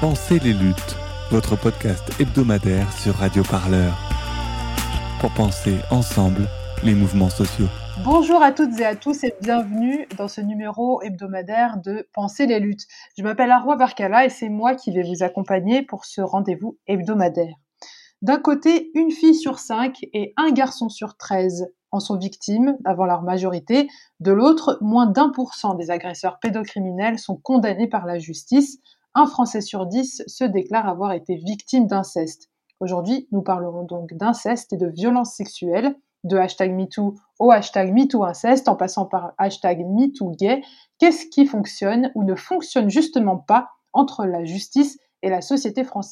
Pensez les luttes, votre podcast hebdomadaire sur Radio Parleur. Pour penser ensemble les mouvements sociaux. Bonjour à toutes et à tous et bienvenue dans ce numéro hebdomadaire de Pensez les luttes. Je m'appelle Arwa Barkala et c'est moi qui vais vous accompagner pour ce rendez-vous hebdomadaire. D'un côté, une fille sur 5 et un garçon sur 13 en sont victimes avant leur majorité. De l'autre, moins d'1% des agresseurs pédocriminels sont condamnés par la justice. Un Français sur 10 se déclare avoir été victime d'inceste. Aujourd'hui, nous parlerons donc d'inceste et de violences sexuelles, de #MeToo au #MeTooInceste, en passant par #MeTooGay. Qu'est-ce qui fonctionne ou ne fonctionne justement pas entre la justice et la société française ?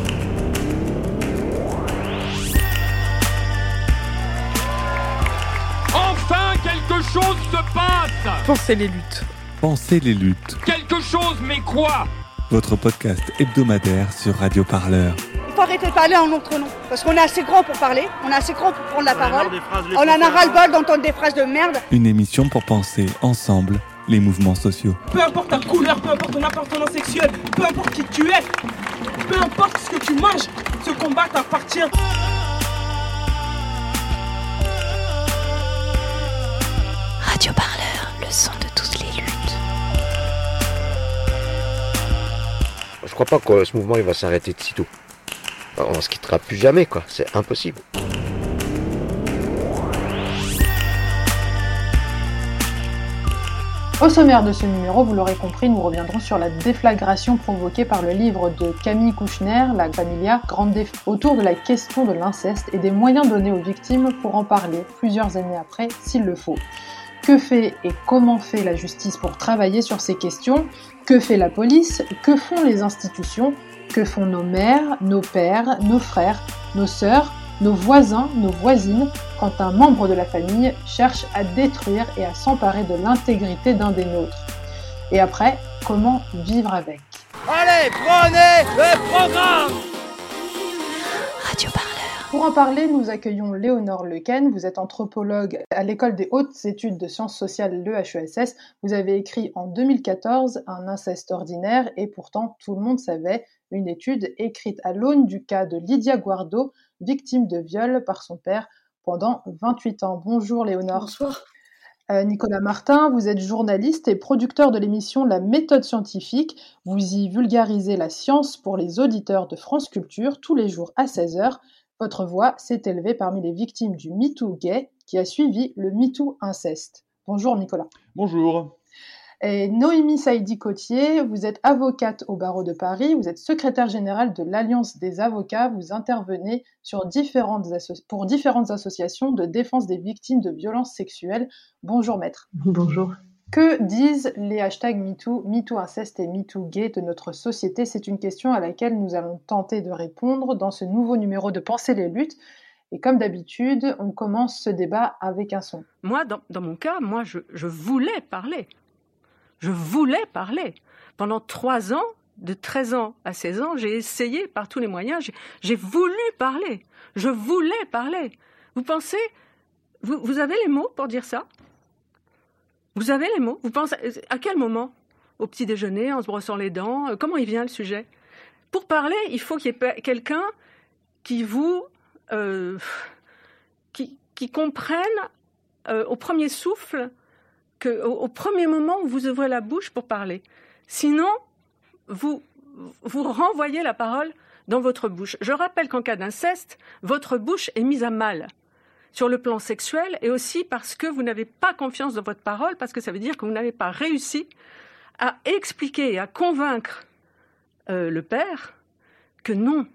Enfin, quelque chose se passe! Pensez les luttes. Pensez les luttes, Quelque chose, mais quoi? votre podcast hebdomadaire sur Radio Parleur. Il faut arrêter de parler en notre nom, parce qu'on est assez grand pour parler, on est assez grand pour prendre la parole, on en a ras-le-bol d'entendre des phrases de merde. Une émission pour penser ensemble les mouvements sociaux. Peu importe ta couleur, peu importe ton appartenance sexuelle, peu importe qui tu es, peu importe ce que tu manges, ce combat t'appartient. Radio Parleur, le son de toutes les luttes. Je crois pas que ce mouvement il va s'arrêter de sitôt. On se quittera plus jamais, quoi. C'est impossible. Au sommaire de ce numéro, vous l'aurez compris, nous reviendrons sur la déflagration provoquée par le livre de Camille Kouchner, La Familia Grande, autour de la question de l'inceste et des moyens donnés aux victimes pour en parler plusieurs années après, s'il le faut. Que fait et comment fait la justice pour travailler sur ces questions ? Que fait la police ? Que font les institutions ? Que font nos mères, nos pères, nos frères, nos sœurs, nos voisins, nos voisines, quand un membre de la famille cherche à détruire et à s'emparer de l'intégrité d'un des nôtres ? Et après, comment vivre avec ? Allez, prenez le programme! Radio Parleur. Pour en parler, nous accueillons Léonore Lequen. Vous êtes anthropologue à l'École des hautes études de sciences sociales, l'EHESS. Vous avez écrit en 2014 Un inceste ordinaire et pourtant tout le monde savait, une étude écrite à l'aune du cas de Lydia Guardo, victime de viol par son père pendant 28 ans. Bonjour Léonore. Bonsoir. Nicolas Martin, vous êtes journaliste et producteur de l'émission La Méthode Scientifique. Vous y vulgarisez la science pour les auditeurs de France Culture tous les jours à 16h. Votre voix s'est élevée parmi les victimes du MeToo gay qui a suivi le MeToo inceste. Bonjour Nicolas. Bonjour. Et Noémie Saïdi-Cotier, vous êtes avocate au barreau de Paris, vous êtes secrétaire générale de l'Alliance des avocats, vous intervenez pour différentes associations de défense des victimes de violences sexuelles. Bonjour maître. Bonjour. Que disent les #MeToo, MeTooInceste et MeTooGay de notre société ? C'est une question à laquelle nous allons tenter de répondre dans ce nouveau numéro de Pensez les luttes. Et comme d'habitude, on commence ce débat avec un son. Moi, dans mon cas, je voulais parler. Je voulais parler. Pendant 3 ans, de 13 ans à 16 ans, j'ai essayé par tous les moyens, j'ai voulu parler. Je voulais parler. Vous pensez, vous avez les mots pour dire ça ? Vous avez les mots ? Vous pensez, à quel moment ? Au petit déjeuner, en se brossant les dents ? Comment il vient le sujet ? Pour parler, il faut qu'il y ait quelqu'un qui vous... qui comprenne au premier souffle, au premier moment où vous ouvrez la bouche pour parler. Sinon, vous renvoyez la parole dans votre bouche. Je rappelle qu'en cas d'inceste, votre bouche est mise à mal sur le plan sexuel et aussi parce que vous n'avez pas confiance dans votre parole, parce que ça veut dire que vous n'avez pas réussi à expliquer et à convaincre le père que non.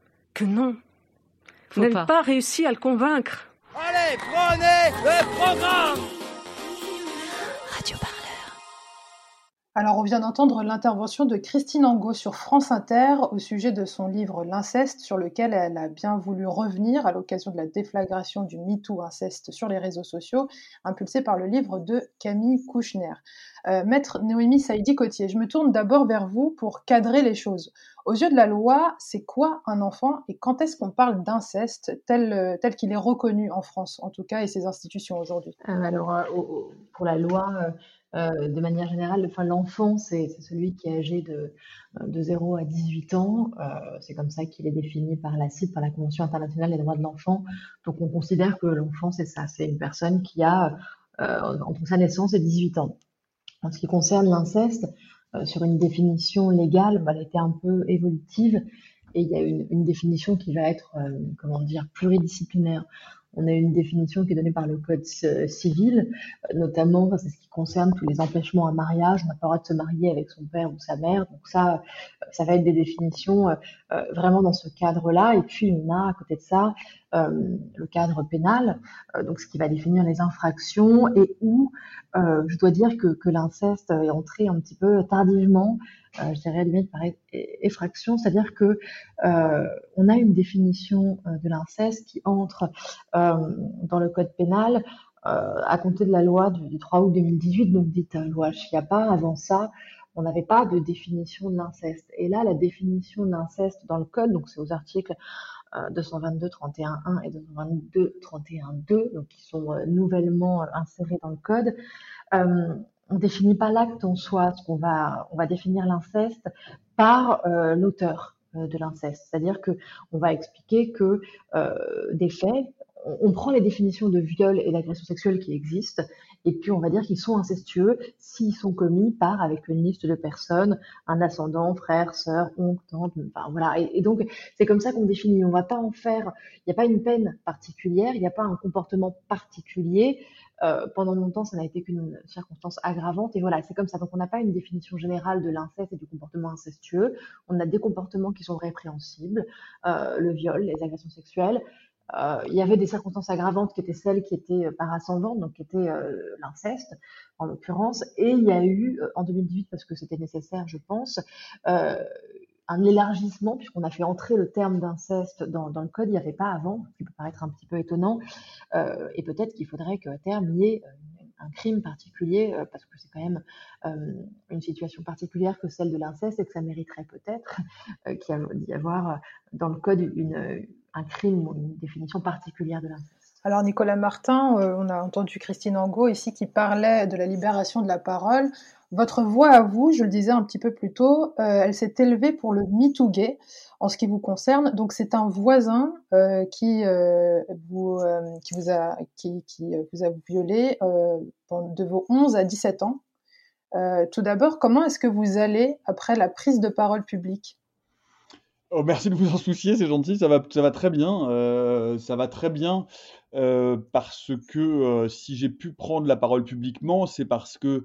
Vous n'avez pas réussi à le convaincre. Allez, prenez le programme! Radio Parleur. Alors, on vient d'entendre l'intervention de Christine Angot sur France Inter au sujet de son livre L'inceste, sur lequel elle a bien voulu revenir à l'occasion de la déflagration du MeToo inceste sur les réseaux sociaux, impulsé par le livre de Camille Kouchner. Maître Noémie Saïdi-Cotier, je me tourne d'abord vers vous pour cadrer les choses. Aux yeux de la loi, c'est quoi un enfant et quand est-ce qu'on parle d'inceste tel qu'il est reconnu en France, en tout cas, et ses institutions aujourd'hui ? Alors, pour la loi, De manière générale, l'enfant, c'est celui qui est âgé de 0 à 18 ans. C'est comme ça qu'il est défini par la CIDE, par la Convention internationale des droits de l'enfant. Donc on considère que l'enfant, c'est ça, c'est une personne qui a entre sa naissance et 18 ans. En ce qui concerne l'inceste, sur une définition légale, elle était un peu évolutive et il y a une définition qui va être, pluridisciplinaire. On a une définition qui est donnée par le Code civil, notamment, c'est ce qui concerne tous les empêchements à mariage. On n'a pas le droit de se marier avec son père ou sa mère. Donc ça va être des définitions vraiment dans ce cadre-là. Et puis on a à côté de ça le cadre pénal, donc ce qui va définir les infractions et où je dois dire que l'inceste est entré un petit peu tardivement. Je dirais limite par effraction, c'est-à-dire que on a une définition de l'inceste qui entre dans le code pénal à compter de la loi du 3 août 2018, donc dite loi Schiappa. Avant ça, on n'avait pas de définition de l'inceste. Et là, la définition de l'inceste dans le code, donc c'est aux articles 222-31-1 et 222-31-2, donc qui sont nouvellement insérés dans le code. On définit pas l'acte en soi, on va définir l'inceste par l'auteur de l'inceste, c'est-à-dire que on va expliquer que des faits, on prend les définitions de viol et d'agression sexuelle qui existent, et puis on va dire qu'ils sont incestueux s'ils sont commis par, avec une liste de personnes, un ascendant, frère, sœur, oncle, tante, voilà. Et donc c'est comme ça qu'on définit. On va pas en faire, il n'y a pas une peine particulière, il n'y a pas un comportement particulier. Pendant longtemps, ça n'a été qu'une circonstance aggravante, et voilà, c'est comme ça. Donc on n'a pas une définition générale de l'inceste et du comportement incestueux. On a des comportements qui sont répréhensibles, le viol, les agressions sexuelles. Il y avait des circonstances aggravantes qui étaient celles qui étaient par ascendante, donc qui étaient l'inceste en l'occurrence, et il y a eu en 2018, parce que c'était nécessaire je pense, un élargissement, puisqu'on a fait entrer le terme d'inceste dans le code. Il n'y avait pas avant, ce qui peut paraître un petit peu étonnant, et peut-être qu'il faudrait qu'à terme il y ait un crime particulier, parce que c'est quand même une situation particulière que celle de l'inceste, et que ça mériterait peut-être d'y avoir dans le code un crime ou une définition particulière de l'inceste. Alors Nicolas Martin, on a entendu Christine Angot ici qui parlait de la libération de la parole. Votre voix à vous, je le disais un petit peu plus tôt, elle s'est élevée pour le MeToo Gay en ce qui vous concerne. Donc c'est un voisin qui vous a violé de vos 11 à 17 ans. Tout d'abord, comment est-ce que vous allez après la prise de parole publique ? Oh, merci de vous en soucier, c'est gentil, ça va très bien. Ça va très bien parce que si j'ai pu prendre la parole publiquement, c'est parce que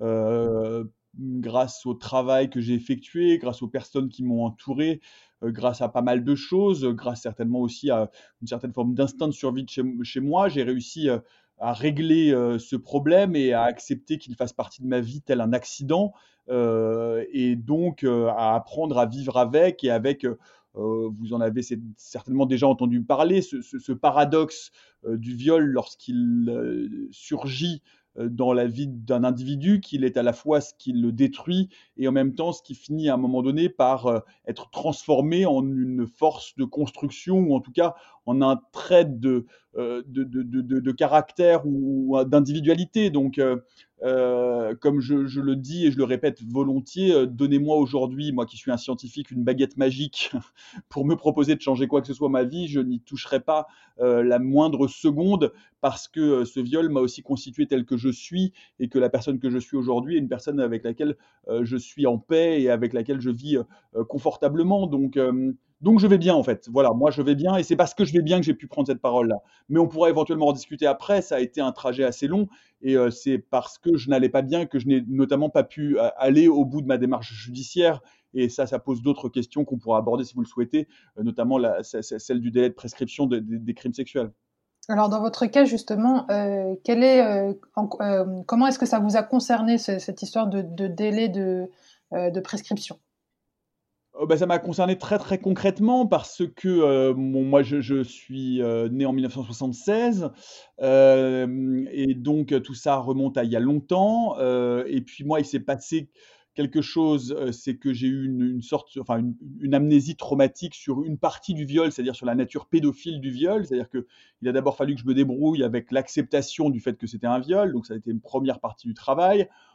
grâce au travail que j'ai effectué, grâce aux personnes qui m'ont entouré, grâce à pas mal de choses, grâce certainement aussi à une certaine forme d'instinct de survie chez moi, j'ai réussi à régler ce problème et à accepter qu'il fasse partie de ma vie tel un accident, et donc à apprendre à vivre avec et avec, vous en avez certainement déjà entendu parler, ce paradoxe du viol lorsqu'il surgit dans la vie d'un individu, qu'il est à la fois ce qui le détruit et en même temps ce qui finit à un moment donné par être transformé en une force de construction, ou en tout cas en un trait de caractère ou d'individualité. Donc comme je le dis et je le répète volontiers, donnez-moi aujourd'hui, moi qui suis un scientifique, une baguette magique pour me proposer de changer quoi que ce soit ma vie, je n'y toucherai pas la moindre seconde, parce que ce viol m'a aussi constitué tel que je suis, et que la personne que je suis aujourd'hui est une personne avec laquelle je suis en paix et avec laquelle je vis confortablement. Donc je vais bien en fait, voilà, moi je vais bien, et c'est parce que je vais bien que j'ai pu prendre cette parole-là. Mais on pourra éventuellement en discuter après, ça a été un trajet assez long, et c'est parce que je n'allais pas bien que je n'ai notamment pas pu aller au bout de ma démarche judiciaire, et ça pose d'autres questions qu'on pourra aborder si vous le souhaitez, notamment celle du délai de prescription des crimes sexuels. Alors dans votre cas justement, comment est-ce que ça vous a concerné cette histoire de délai de prescription ? Ça m'a concerné très très concrètement parce que moi je suis né en 1976, et donc tout ça remonte à il y a longtemps, et puis moi il s'est passé quelque chose, c'est que j'ai eu une amnésie traumatique sur une partie du viol, c'est-à-dire sur la nature pédophile du viol. C'est-à-dire qu'il a d'abord fallu que je me débrouille avec l'acceptation du fait que c'était un viol, donc ça a été une première partie du travail.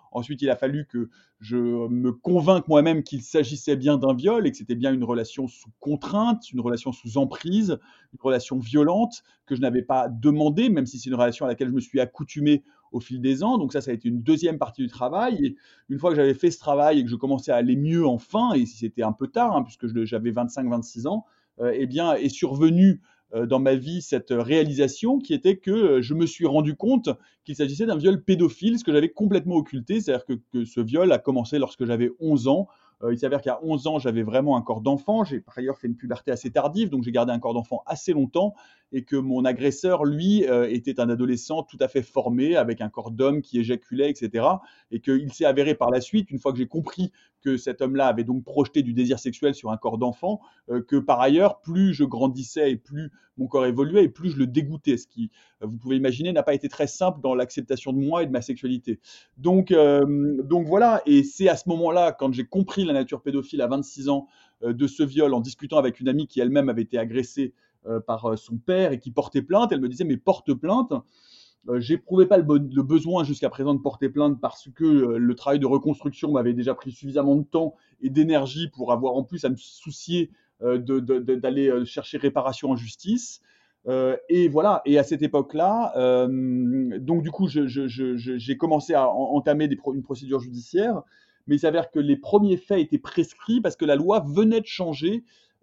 Ensuite, il a fallu que je me convainque moi-même qu'il s'agissait bien d'un viol et que c'était bien une relation sous contrainte, une relation sous emprise, une relation violente que je n'avais pas demandée, même si c'est une relation à laquelle je me suis accoutumé au fil des ans. Donc ça a été une deuxième partie du travail. Et une fois que j'avais fait ce travail et que je commençais à aller mieux enfin, et c'était un peu tard, puisque j'avais 25-26 ans, eh bien, est survenue dans ma vie cette réalisation qui était que je me suis rendu compte qu'il s'agissait d'un viol pédophile, ce que j'avais complètement occulté. C'est-à-dire que ce viol a commencé lorsque j'avais 11 ans. Il s'avère qu'à 11 ans, j'avais vraiment un corps d'enfant. J'ai par ailleurs fait une puberté assez tardive, donc j'ai gardé un corps d'enfant assez longtemps. Et que mon agresseur, lui, était un adolescent tout à fait formé, avec un corps d'homme qui éjaculait, etc. Et qu'il s'est avéré par la suite, une fois que j'ai compris que cet homme-là avait donc projeté du désir sexuel sur un corps d'enfant, que par ailleurs, plus je grandissais et plus mon corps évoluait et plus je le dégoûtais, ce qui, vous pouvez imaginer, n'a pas été très simple dans l'acceptation de moi et de ma sexualité. Donc voilà, et c'est à ce moment-là, quand j'ai compris la nature pédophile à 26 ans de ce viol, en discutant avec une amie qui elle-même avait été agressée par son père et qui portait plainte, elle me disait « mais porte plainte ». J'éprouvais pas le besoin jusqu'à présent de porter plainte parce que le travail de reconstruction m'avait déjà pris suffisamment de temps et d'énergie pour avoir en plus à me soucier d'aller chercher réparation en justice. Et voilà. Et à cette époque-là, donc du coup, j'ai commencé à entamer une procédure judiciaire, mais il s'avère que les premiers faits étaient prescrits parce que la loi venait de changer.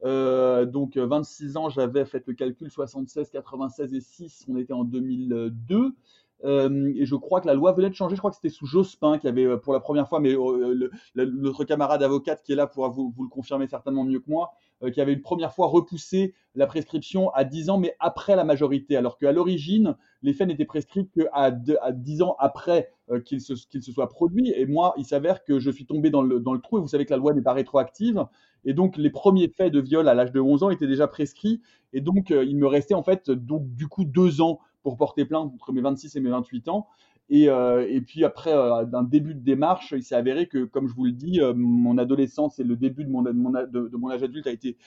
Donc 26 ans, j'avais fait le calcul, 76, 96 et 6, on était en 2002. Et je crois que la loi venait de changer, je crois que c'était sous Jospin qui avait pour la première fois, mais notre camarade avocate qui est là pourra vous le confirmer certainement mieux que moi, qui avait une première fois repoussé la prescription à 10 ans, mais après la majorité, alors qu'à l'origine, les faits n'étaient prescrits qu'à 10 ans après qu'ils se soient produits. Et moi, il s'avère que je suis tombé dans le trou, et vous savez que la loi n'est pas rétroactive, et donc les premiers faits de viol à l'âge de 11 ans étaient déjà prescrits, et donc il me restait en fait donc, du coup 2 ans pour porter plainte entre mes 26 et mes 28 ans. Et puis après d'un début de démarche, il s'est avéré que, comme je vous le dis, mon adolescence et le début de mon âge adulte ont été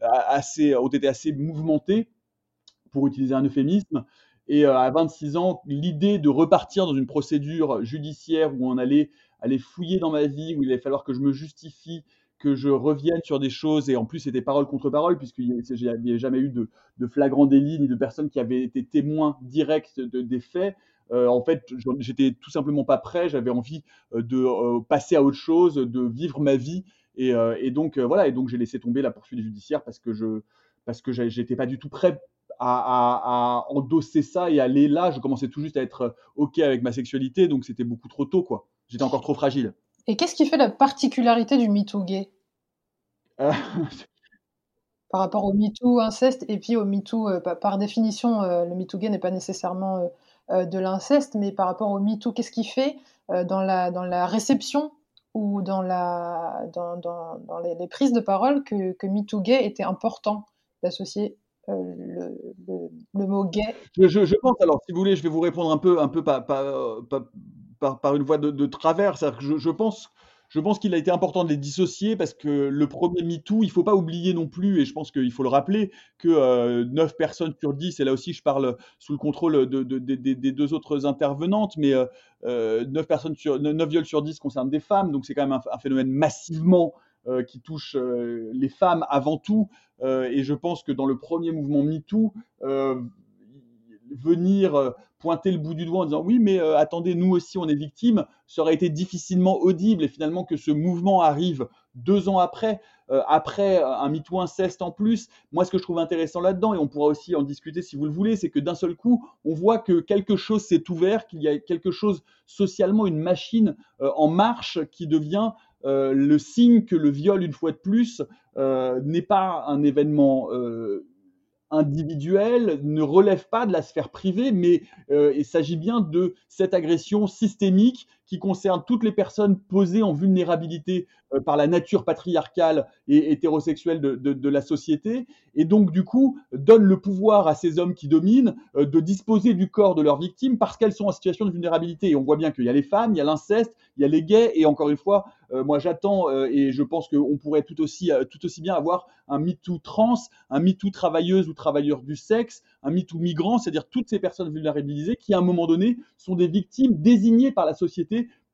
assez mouvementés, pour utiliser un euphémisme. Et à 26 ans, l'idée de repartir dans une procédure judiciaire où on allait fouiller dans ma vie, où il allait falloir que je me justifie, que je revienne sur des choses, et en plus c'était parole contre parole, puisqu'il n'y avait jamais eu de flagrant délit, ni de personnes qui avaient été témoins directs des faits. En fait, j'étais tout simplement pas prêt, j'avais envie de passer à autre chose, de vivre ma vie, et donc voilà, et donc j'ai laissé tomber la poursuite judiciaire parce que j'étais pas du tout prêt à endosser ça et aller là. Je commençais tout juste à être OK avec ma sexualité, donc c'était beaucoup trop tôt, quoi. J'étais encore trop fragile. Et qu'est-ce qui fait la particularité du MeToo gay par rapport au MeToo inceste et puis au MeToo, par définition, le MeToo gay n'est pas nécessairement de l'inceste, mais par rapport au MeToo, qu'est-ce qui fait dans la réception ou dans les prises de parole que MeToo gay était important d'associer le mot gay? Je pense, alors si vous voulez, je vais vous répondre un peu par une voie de travers. C'est-à-dire que je pense qu'il a été important de les dissocier parce que le premier MeToo, il ne faut pas oublier non plus, et je pense qu'il faut le rappeler, que 9 personnes sur 10, et là aussi je parle sous le contrôle des deux autres intervenantes, mais 9 viols sur 10 concernent des femmes, donc c'est quand même un phénomène massivement qui touche les femmes avant tout, et je pense que dans le premier mouvement MeToo, venir pointer le bout du doigt en disant oui mais attendez, nous aussi on est victimes, ça aurait été difficilement audible, et finalement que ce mouvement arrive 2 ans après un MeToo inceste en plus. Moi, ce que je trouve intéressant là-dedans, et on pourra aussi en discuter si vous le voulez, c'est que d'un seul coup on voit que quelque chose s'est ouvert, qu'il y a quelque chose socialement, une machine en marche qui devient le signe que le viol, une fois de plus, n'est pas un événement individuel, ne relève pas de la sphère privée, mais il s'agit bien de cette agression systémique qui concerne toutes les personnes posées en vulnérabilité par la nature patriarcale et hétérosexuelle de la société, et donc du coup donne le pouvoir à ces hommes qui dominent de disposer du corps de leurs victimes parce qu'elles sont en situation de vulnérabilité. Et on voit bien qu'il y a les femmes, il y a l'inceste, il y a les gays, et encore une fois, moi j'attends et je pense qu'on pourrait tout aussi bien avoir un MeToo trans, un MeToo travailleuse ou travailleur du sexe, un MeToo migrant, c'est-à-dire toutes ces personnes vulnérabilisées qui à un moment donné sont des victimes désignées par la société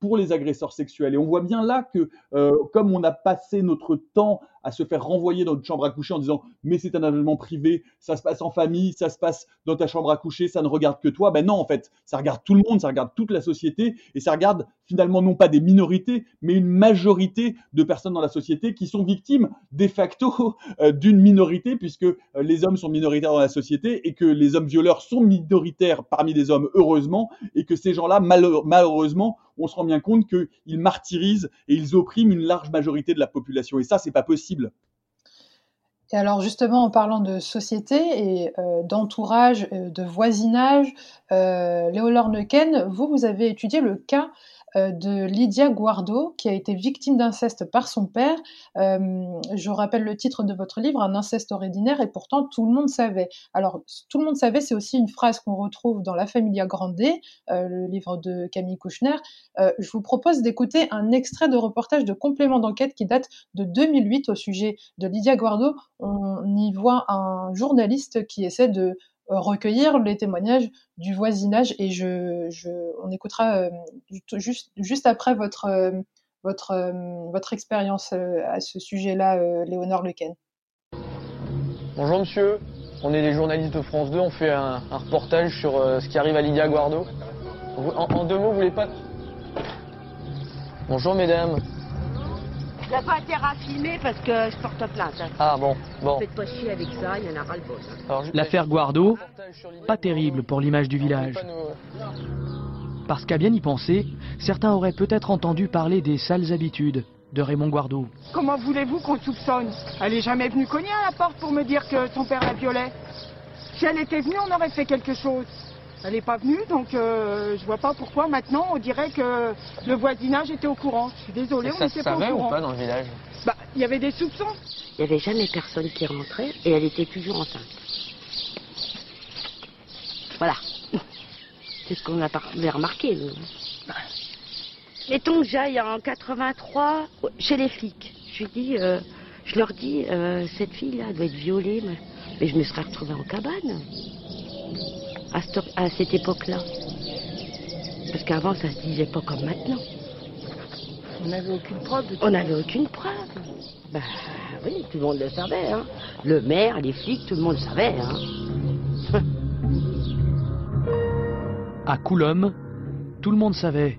pour les agresseurs sexuels. Et on voit bien là que, comme on a passé notre temps à se faire renvoyer dans notre chambre à coucher en disant « mais c'est un événement privé, ça se passe en famille, ça se passe dans ta chambre à coucher, ça ne regarde que toi », ben non, en fait, ça regarde tout le monde, ça regarde toute la société, et ça regarde finalement non pas des minorités, mais une majorité de personnes dans la société qui sont victimes de facto d'une minorité, puisque les hommes sont minoritaires dans la société, et que les hommes violeurs sont minoritaires parmi les hommes, heureusement, et que ces gens-là, malheureusement, on se rend bien compte qu'ils martyrisent et ils oppriment une large majorité de la population. Et ça, c'est pas possible. Et alors justement, en parlant de société et d'entourage, de voisinage, Léonore Neuquén, vous avez étudié le cas de Lydia Guardo, qui a été victime d'inceste par son père. Je rappelle le titre de votre livre, Un inceste ordinaire, et pourtant tout le monde savait. Alors, tout le monde savait, c'est aussi une phrase qu'on retrouve dans La Familia Grande, le livre de Camille Kouchner. Je vous propose d'écouter un extrait de reportage de complément d'enquête qui date de 2008 au sujet de Lydia Guardo. On y voit un journaliste qui essaie de recueillir les témoignages du voisinage, et on écoutera juste après votre expérience à ce sujet-là, Léonore Neuquén. Bonjour monsieur, on est des journalistes de France 2, on fait un reportage sur ce qui arrive à Lydia Guardo. En 2 mots, vous voulez pas... Bonjour mesdames. Il n'a pas intérêt à filmer parce que je porte plainte. Ah bon. Faites pas chier avec ça, il y en a ras-le-bol. L'affaire Guardo, pas terrible pour l'image du village. Parce qu'à bien y penser, certains auraient peut-être entendu parler des sales habitudes de Raymond Guardo. Comment voulez-vous qu'on soupçonne? Elle est jamais venue cogner à la porte pour me dire que son père la violait. Si elle était venue, on aurait fait quelque chose. Elle n'est pas venue, donc je vois pas pourquoi maintenant on dirait que le voisinage était au courant. Je suis désolée, on n'était pas au courant. Ça se savait ou pas dans le village? Il y avait des soupçons. Il n'y avait jamais personne qui rentrait et elle était toujours enceinte. Voilà. C'est ce qu'on avait remarqué, nous. Mettons que j'aille en 83 chez les flics. Je leur dis, cette fille-là doit être violée, mais je me serais retrouvée en cabane. À cette époque-là. Parce qu'avant, ça se disait pas comme maintenant. On n'avait aucune preuve. On n'avait aucune preuve. Oui, tout le monde le savait. Hein. Le maire, les flics, tout le monde le savait. Hein. À Coulombe, tout le monde savait.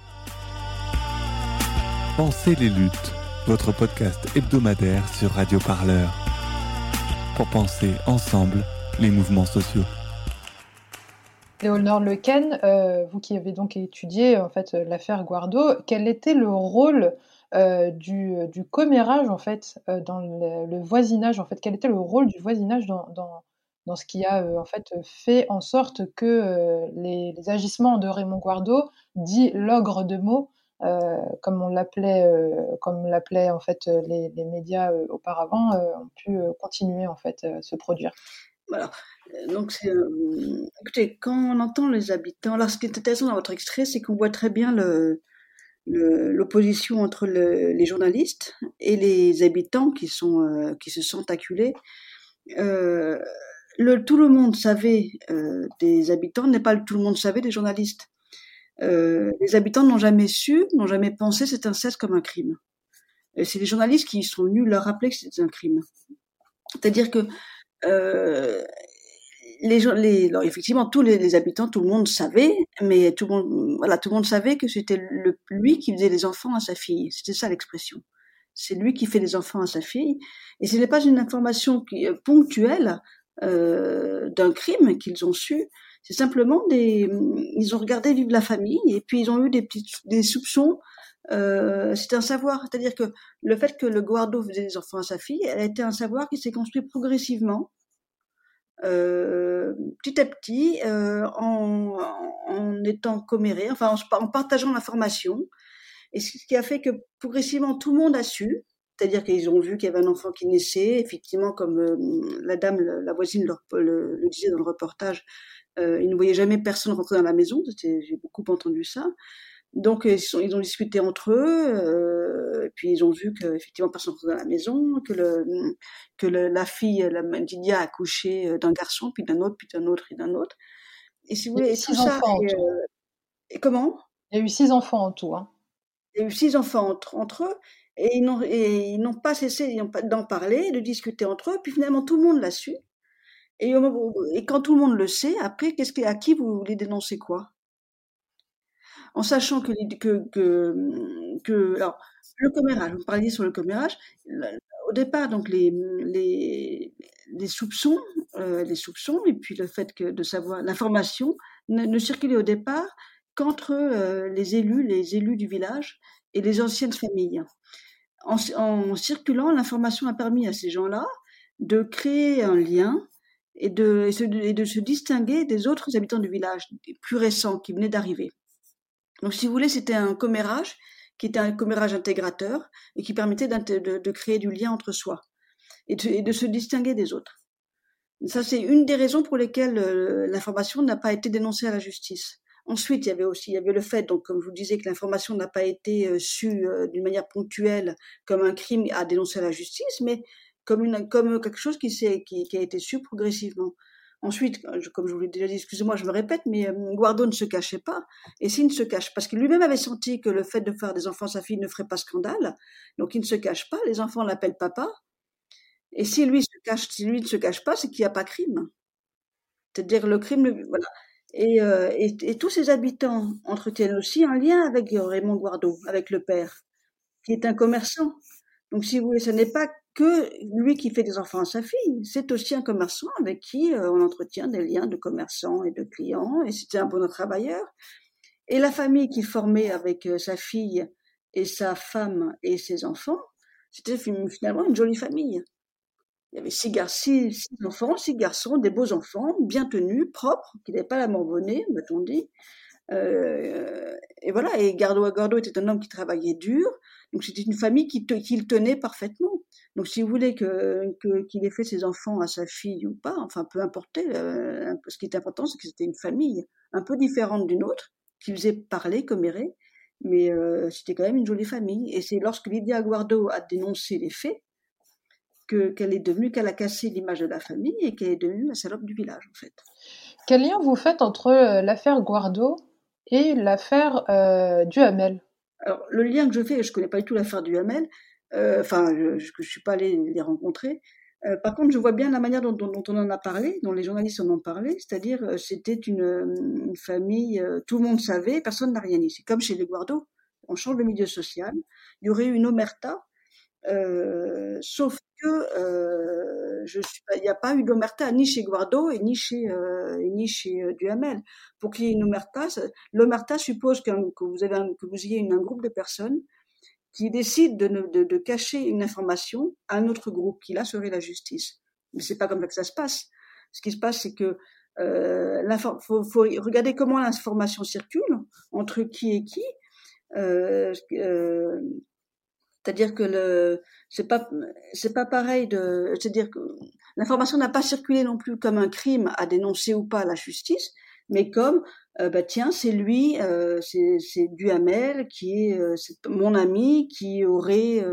Pensez les luttes, votre podcast hebdomadaire sur Radio Parleur. Pour penser ensemble les mouvements sociaux. Léonore Neuquén, vous qui avez donc étudié en fait l'affaire Guardo, quel était le rôle du commérage en fait dans le voisinage, en fait, quel était le rôle du voisinage dans ce qui a en fait fait en sorte que les agissements de Raymond Guardo, dit l'ogre de Meaux, comme l'appelaient en fait les médias auparavant, ont pu continuer en fait se produire. Voilà. Donc, écoutez, quand on entend les habitants, alors ce qui est intéressant dans votre extrait, c'est qu'on voit très bien l'opposition entre les journalistes et les habitants qui se sentent acculés. Tout le monde savait des habitants n'est pas tout le monde savait des journalistes. Les habitants n'ont jamais pensé cet inceste comme un crime. Et c'est les journalistes qui sont venus leur rappeler que c'était un crime. C'est-à-dire que alors effectivement, tous les habitants, tout le monde savait, mais tout le monde savait que c'était lui qui faisait les enfants à sa fille. C'était ça l'expression. C'est lui qui fait les enfants à sa fille. Et ce n'est pas une information ponctuelle d'un crime qu'ils ont su. C'est simplement ils ont regardé vivre la famille et puis ils ont eu des soupçons. C'est un savoir, c'est-à-dire que le fait que le Guardo faisait des enfants à sa fille, elle a été un savoir qui s'est construit progressivement, petit à petit, en étant comméré, enfin en partageant l'information, et ce qui a fait que progressivement tout le monde a su, c'est-à-dire qu'ils ont vu qu'il y avait un enfant qui naissait, effectivement, comme la voisine le disait dans le reportage, ils ne voyaient jamais personne rentrer dans la maison, j'ai beaucoup entendu ça. Donc ils ont discuté entre eux, et puis ils ont vu qu'effectivement personne rentrait dans la maison, que la fille, la Lydia, a accouché d'un garçon, puis d'un autre, puis d'un autre, et d'un autre. Et si vous voulez, tout ça. Et comment ? Il y a eu 6 enfants en tout. Hein. Il y a eu 6 enfants entre eux et ils n'ont pas cessé d'en parler, de discuter entre eux. Puis finalement, tout le monde l'a su. Et quand tout le monde le sait, après, à qui vous voulez dénoncer quoi? En sachant alors, le commérage, vous parliez sur le commérage. Au départ, donc les soupçons, et puis le fait de savoir l'information ne circulait au départ qu'entre les élus du village et les anciennes familles. En circulant, l'information a permis à ces gens-là de créer un lien et de se distinguer des autres habitants du village, plus récents, qui venaient d'arriver. Donc, si vous voulez, c'était un commérage qui était un commérage intégrateur et qui permettait de créer du lien entre soi et de se distinguer des autres. Ça, c'est une des raisons pour lesquelles l'information n'a pas été dénoncée à la justice. Ensuite, il y avait le fait, donc, comme je vous disais, que l'information n'a pas été sue d'une manière ponctuelle comme un crime à dénoncer à la justice, mais comme quelque chose qui a été su progressivement. Ensuite, comme je vous l'ai déjà dit, excusez-moi, je me répète, mais Guardo ne se cachait pas. Et s'il ne se cache, parce qu'il lui-même avait senti que le fait de faire des enfants à sa fille ne ferait pas scandale, donc il ne se cache pas, les enfants l'appellent papa. Et si lui ne se cache pas, c'est qu'il n'y a pas crime. C'est-à-dire le crime, voilà. Et tous ces habitants entretiennent aussi un lien avec Raymond Guardo, avec le père, qui est un commerçant. Donc, si vous voulez, ce n'est pas que lui qui fait des enfants à sa fille, c'est aussi un commerçant avec qui on entretient des liens de commerçants et de clients, et c'était un bon travailleur. Et la famille qu'il formait avec sa fille et sa femme et ses enfants, c'était finalement une jolie famille. Il y avait 6 enfants, 6 garçons, des beaux enfants, bien tenus, propres, qui n'avaient pas la morbonnée, m'a-t-on dit. Et voilà, et Guardo était un homme qui travaillait dur, donc c'était une famille qu'il tenait parfaitement. Donc si vous voulez qu'il ait fait ses enfants à sa fille ou pas, enfin peu importe, ce qui est important, c'est que c'était une famille un peu différente d'une autre, qui faisait parler, commérer, mais c'était quand même une jolie famille. Et c'est lorsque Lydia Guardo a dénoncé les faits qu'elle a cassé l'image de la famille et qu'elle est devenue la salope du village, en fait. Quel lien vous faites entre l'affaire Guardo et l'affaire Duhamel? Alors, le lien que je fais, je connais pas du tout l'affaire Duhamel, je suis pas allée les rencontrer. Par contre, je vois bien la manière dont on en a parlé, dont les journalistes en ont parlé, c'est-à-dire c'était une famille, tout le monde savait, personne n'a rien dit. C'est comme chez les Guardo, on change de milieu social, il y aurait eu une omerta, sauf que il n'y a pas eu d'omerta ni chez Guardo et ni chez Duhamel. Pour qu'il y ait une omerta, l'omerta suppose que vous ayez un groupe de personnes qui décident de cacher une information à un autre groupe, qui là serait la justice. Mais c'est pas comme ça que ça se passe. Ce qui se passe, c'est que faut regarder comment l'information circule entre qui et qui. C'est-à-dire que c'est pas pareil c'est-à-dire que l'information n'a pas circulé non plus comme un crime à dénoncer ou pas à la justice, mais comme tiens, c'est lui, c'est Duhamel c'est mon ami qui aurait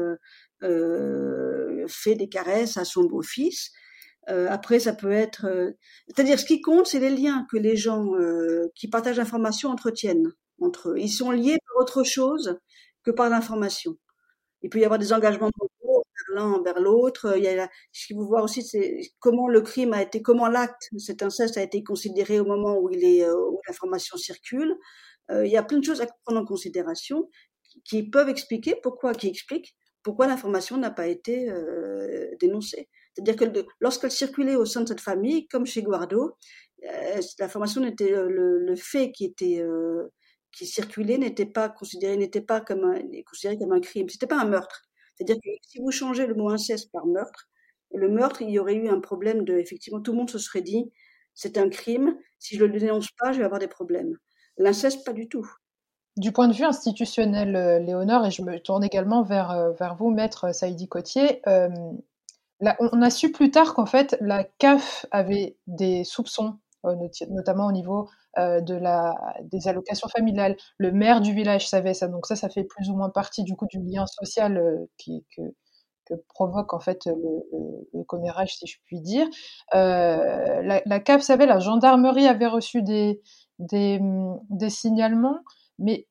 fait des caresses à son beau-fils. Après, ça peut être, c'est-à-dire ce qui compte, c'est les liens que les gens qui partagent l'information entretiennent entre eux. Ils sont liés par autre chose que par l'information. Il peut y avoir des engagements moraux vers l'un envers l'autre. Ce qu'il faut voir aussi, c'est comment comment l'acte, cet inceste a été considéré au moment où l'information circule. Il y a plein de choses à prendre en considération qui expliquent pourquoi l'information n'a pas été dénoncée. C'est-à-dire que lorsqu'elle circulait au sein de cette famille, comme chez Guardo, l'information le fait qui circulait n'était pas considéré comme un crime. C'était pas un meurtre. C'est-à-dire que si vous changez le mot inceste par meurtre, le meurtre, il y aurait eu un problème effectivement, tout le monde se serait dit, c'est un crime, si je le dénonce pas, je vais avoir des problèmes. L'inceste, pas du tout. Du point de vue institutionnel, Léonore, et je me tourne également vers vous, maître Saïdi Cottier, on a su plus tard qu'en fait, la CAF avait des soupçons, notamment au niveau des allocations familiales. Le maire du village savait ça, donc ça fait plus ou moins partie du coup du lien social que provoque en fait le commérage, si je puis dire. La CAF savait, la gendarmerie avait reçu des signalements, mais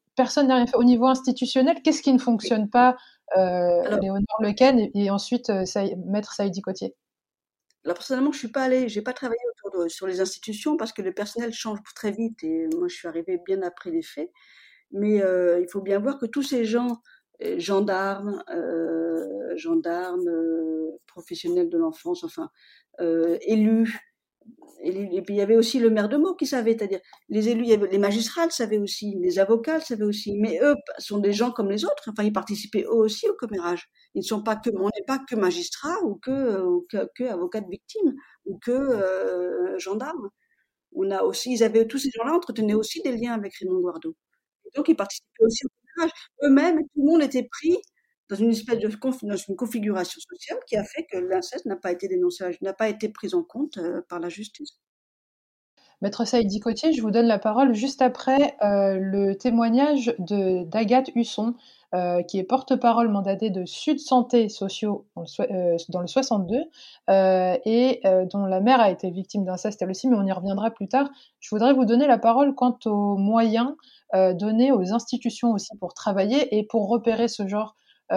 personne n'a rien fait. Au niveau institutionnel, qu'est-ce qui ne fonctionne pas, Léonore Lequen et ensuite Maître Saïdi Cotier? Alors personnellement, j'ai pas travaillé sur les institutions parce que le personnel change très vite et moi je suis arrivée bien après les faits. Mais il faut bien voir que tous ces gens, gendarmes, professionnels de l'enfance, enfin élus, et puis il y avait aussi le maire de Meaux qui savait, c'est-à-dire les élus, il y avait les magistrats le savaient aussi, les avocats le savaient aussi, mais eux sont des gens comme les autres, enfin ils participaient eux aussi au commérage. Ils ne sont pas que, on n'est pas que magistrats ou que avocats de victimes ou que gendarmes. On a aussi, tous ces gens-là entretenaient aussi des liens avec Raymond Guardo. Et donc ils participaient aussi au commérage. Eux-mêmes, tout le monde était pris dans une espèce dans une configuration sociale qui a fait que l'inceste n'a pas été dénoncé, n'a pas été pris en compte par la justice. Maître Saïdi Cotier, je vous donne la parole juste après le témoignage d'Agathe Husson, qui est porte-parole mandatée de Sud Santé Sociaux dans le 62 et dont la mère a été victime d'inceste elle aussi, mais on y reviendra plus tard. Je voudrais vous donner la parole quant aux moyens donnés aux institutions aussi pour travailler et pour repérer ce genre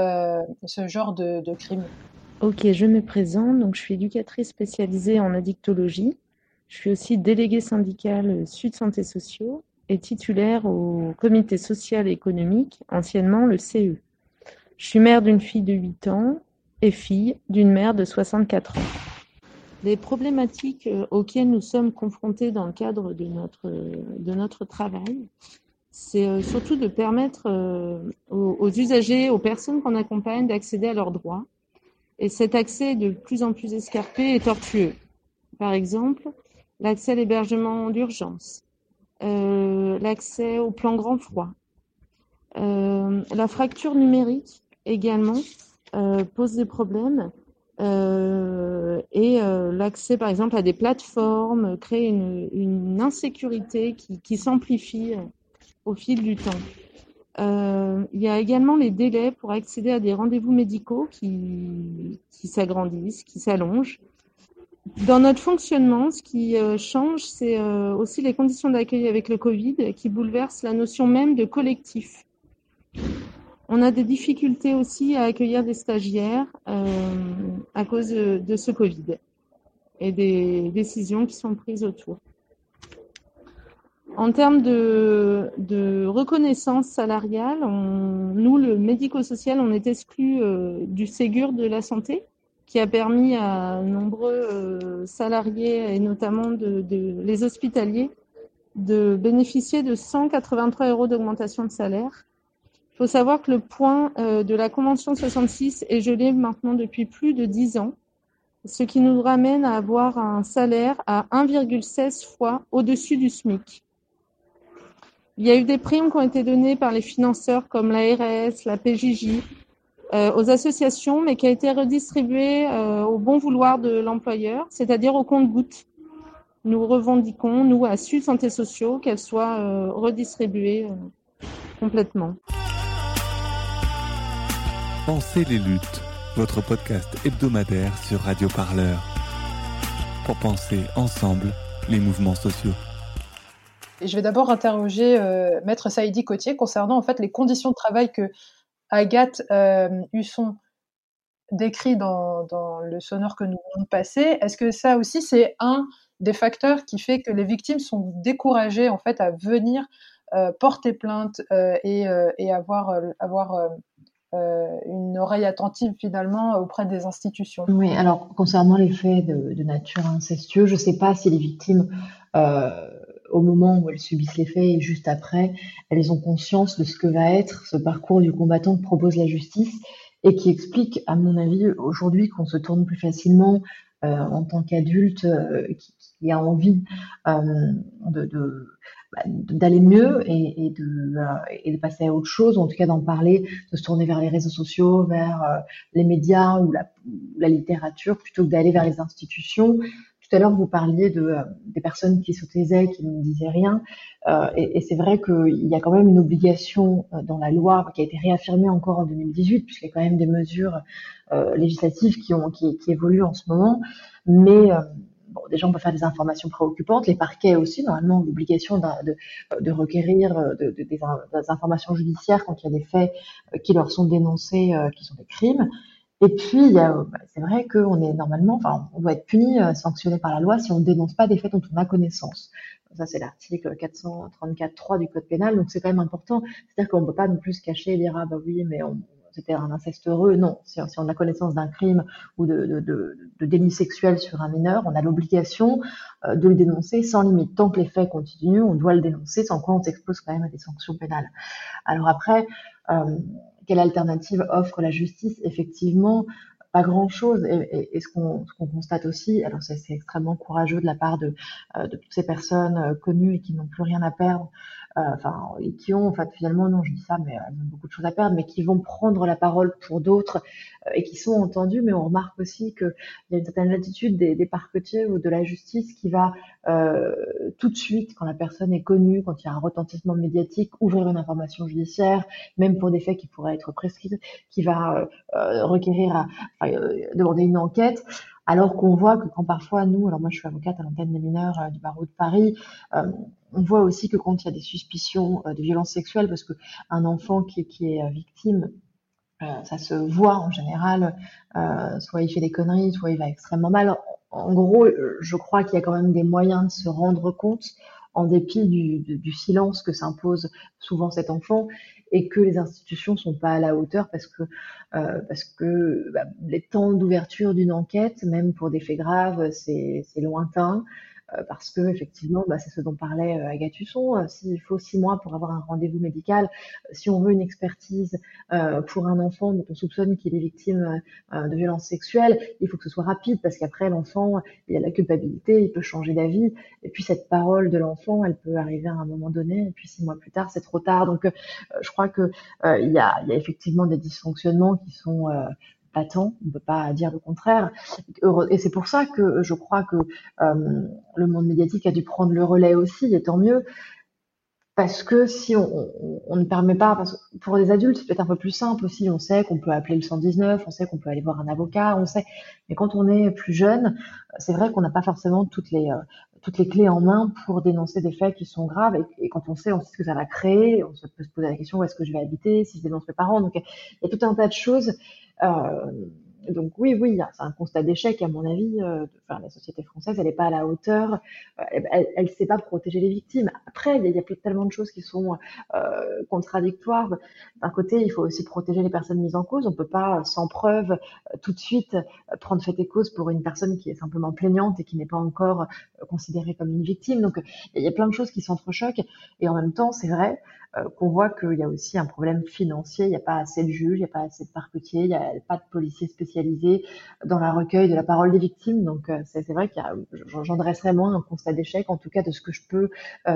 de crime. Ok, je me présente. Donc, je suis éducatrice spécialisée en addictologie. Je suis aussi déléguée syndicale Sud Santé Sociaux et titulaire au comité social et économique, anciennement le CE. Je suis mère d'une fille de 8 ans et fille d'une mère de 64 ans. Les problématiques auxquelles nous sommes confrontés dans le cadre de notre travail, c'est surtout de permettre aux usagers, aux personnes qu'on accompagne d'accéder à leurs droits. Et cet accès est de plus en plus escarpé et tortueux. Par exemple, l'accès à l'hébergement d'urgence, l'accès au plan grand froid. La fracture numérique également pose des problèmes et l'accès par exemple à des plateformes crée une insécurité qui s'amplifie au fil du temps. Il y a également les délais pour accéder à des rendez-vous médicaux qui s'agrandissent, qui s'allongent. Dans notre fonctionnement, ce qui change, c'est aussi les conditions d'accueil avec le Covid qui bouleversent la notion même de collectif. On a des difficultés aussi à accueillir des stagiaires à cause de ce Covid et des décisions qui sont prises autour. En termes de reconnaissance salariale, nous, le médico-social, on est exclu du Ségur de la santé, qui a permis à nombreux salariés, et notamment les hospitaliers, de bénéficier de 183 € d'augmentation de salaire. Il faut savoir que le point de la Convention 66 est gelé maintenant depuis plus de 10 ans, ce qui nous ramène à avoir un salaire à 1,16 fois au-dessus du SMIC. Il y a eu des primes qui ont été données par les financeurs comme l'ARS, la PJJ, aux associations, mais qui a été redistribuée au bon vouloir de l'employeur, c'est-à-dire au compte-gouttes. Nous revendiquons, nous, à Sud Santé Sociaux, qu'elles soient redistribuées complètement. Pensez les luttes, votre podcast hebdomadaire sur Radio Parleur. Pour penser ensemble les mouvements sociaux. Et je vais d'abord interroger Maître Saïdi Cotier concernant en fait les conditions de travail que Agathe Husson décrit dans le sonore que nous venons de passer. Est-ce que ça aussi c'est un des facteurs qui fait que les victimes sont découragées en fait à venir porter plainte et avoir une oreille attentive finalement auprès des institutions? Oui, alors concernant les faits de nature incestueuse, je ne sais pas si les victimes au moment où elles subissent les faits et juste après, elles ont conscience de ce que va être ce parcours du combattant que propose la justice et qui explique, à mon avis, aujourd'hui qu'on se tourne plus facilement en tant qu'adulte qui a envie d'aller mieux et de passer à autre chose, ou en tout cas d'en parler, de se tourner vers les réseaux sociaux, vers les médias ou la littérature, plutôt que d'aller vers les institutions. Tout à l'heure, vous parliez des personnes qui se taisaient, qui ne disaient rien. Et c'est vrai qu'il y a quand même une obligation dans la loi qui a été réaffirmée encore en 2018, puisqu'il y a quand même des mesures législatives qui évoluent en ce moment. Mais bon, déjà, on peut faire des informations préoccupantes. Les parquets aussi, normalement, ont l'obligation de requérir des informations judiciaires quand il y a des faits qui leur sont dénoncés, qui sont des crimes. Et puis, c'est vrai qu'on est normalement, enfin, on doit être puni, sanctionné par la loi si on ne dénonce pas des faits dont on a connaissance. Ça, c'est l'article 434.3 du Code pénal, donc c'est quand même important. C'est-à-dire qu'on ne peut pas non plus se cacher et dire ah bah oui, mais c'était un inceste heureux. Non, si on a connaissance d'un crime ou de délit sexuel sur un mineur, on a l'obligation de le dénoncer sans limite. Tant que les faits continuent, on doit le dénoncer, sans quoi on s'expose quand même à des sanctions pénales. Alors après, quelle alternative offre la justice? Effectivement, pas grand-chose. Et ce qu'on constate aussi, alors c'est extrêmement courageux de la part de toutes ces personnes connues et qui n'ont plus rien à perdre, et qui ont, finalement, non, je dis ça, mais elles ont beaucoup de choses à perdre, mais qui vont prendre la parole pour d'autres et qui sont entendues. Mais on remarque aussi qu'il y a une certaine attitude des parquetiers ou de la justice qui va tout de suite, quand la personne est connue, quand il y a un retentissement médiatique, ouvrir une information judiciaire, même pour des faits qui pourraient être prescrits, qui va requérir demander une enquête. Alors qu'on voit que quand parfois nous, alors moi je suis avocate à l'antenne des mineurs du barreau de Paris, on voit aussi que quand il y a des suspicions de violences sexuelles, parce que un enfant qui est victime, ça se voit en général, soit il fait des conneries, soit il va extrêmement mal. En gros, je crois qu'il y a quand même des moyens de se rendre compte, en dépit du silence que s'impose souvent cet enfant, et que les institutions sont pas à la hauteur parce que les temps d'ouverture d'une enquête, même pour des faits graves, c'est lointain. Parce que effectivement, c'est ce dont parlait Agathe Husson. S'il faut 6 mois pour avoir un rendez-vous médical, si on veut une expertise pour un enfant dont on soupçonne qu'il est victime de violences sexuelles, il faut que ce soit rapide parce qu'après l'enfant, il a la culpabilité, il peut changer d'avis, et puis cette parole de l'enfant, elle peut arriver à un moment donné, et puis 6 mois plus tard, c'est trop tard. Donc, je crois que il y a effectivement des dysfonctionnements qui sont patents, on ne peut pas dire le contraire. Et c'est pour ça que je crois que le monde médiatique a dû prendre le relais aussi, et tant mieux, parce que si on ne permet pas, parce que pour les adultes, c'est peut-être un peu plus simple aussi, on sait qu'on peut appeler le 119, on sait qu'on peut aller voir un avocat, on sait, mais quand on est plus jeune, c'est vrai qu'on n'a pas forcément toutes les clés en main pour dénoncer des faits qui sont graves, et quand on sait ce que ça va créer, on peut se poser la question où est-ce que je vais habiter, si je dénonce mes parents, donc il y a tout un tas de choses. Donc oui, c'est un constat d'échec à mon avis. La société française, elle n'est pas à la hauteur. Elle sait pas protéger les victimes. Après, il y a tellement de choses qui sont contradictoires. D'un côté, il faut aussi protéger les personnes mises en cause. On peut pas, sans preuve, tout de suite prendre fait et cause pour une personne qui est simplement plaignante et qui n'est pas encore considérée comme une victime. Donc il y a plein de choses qui s'entrechoquent. Et en même temps, c'est vrai qu'on voit qu'il y a aussi un problème financier. Il n'y a pas assez de juges, il n'y a pas assez de parquetiers, il n'y a pas de policiers spécialisés dans la recueil de la parole des victimes. Donc c'est vrai j'en dresserais moins un constat d'échec, en tout cas de ce que je peux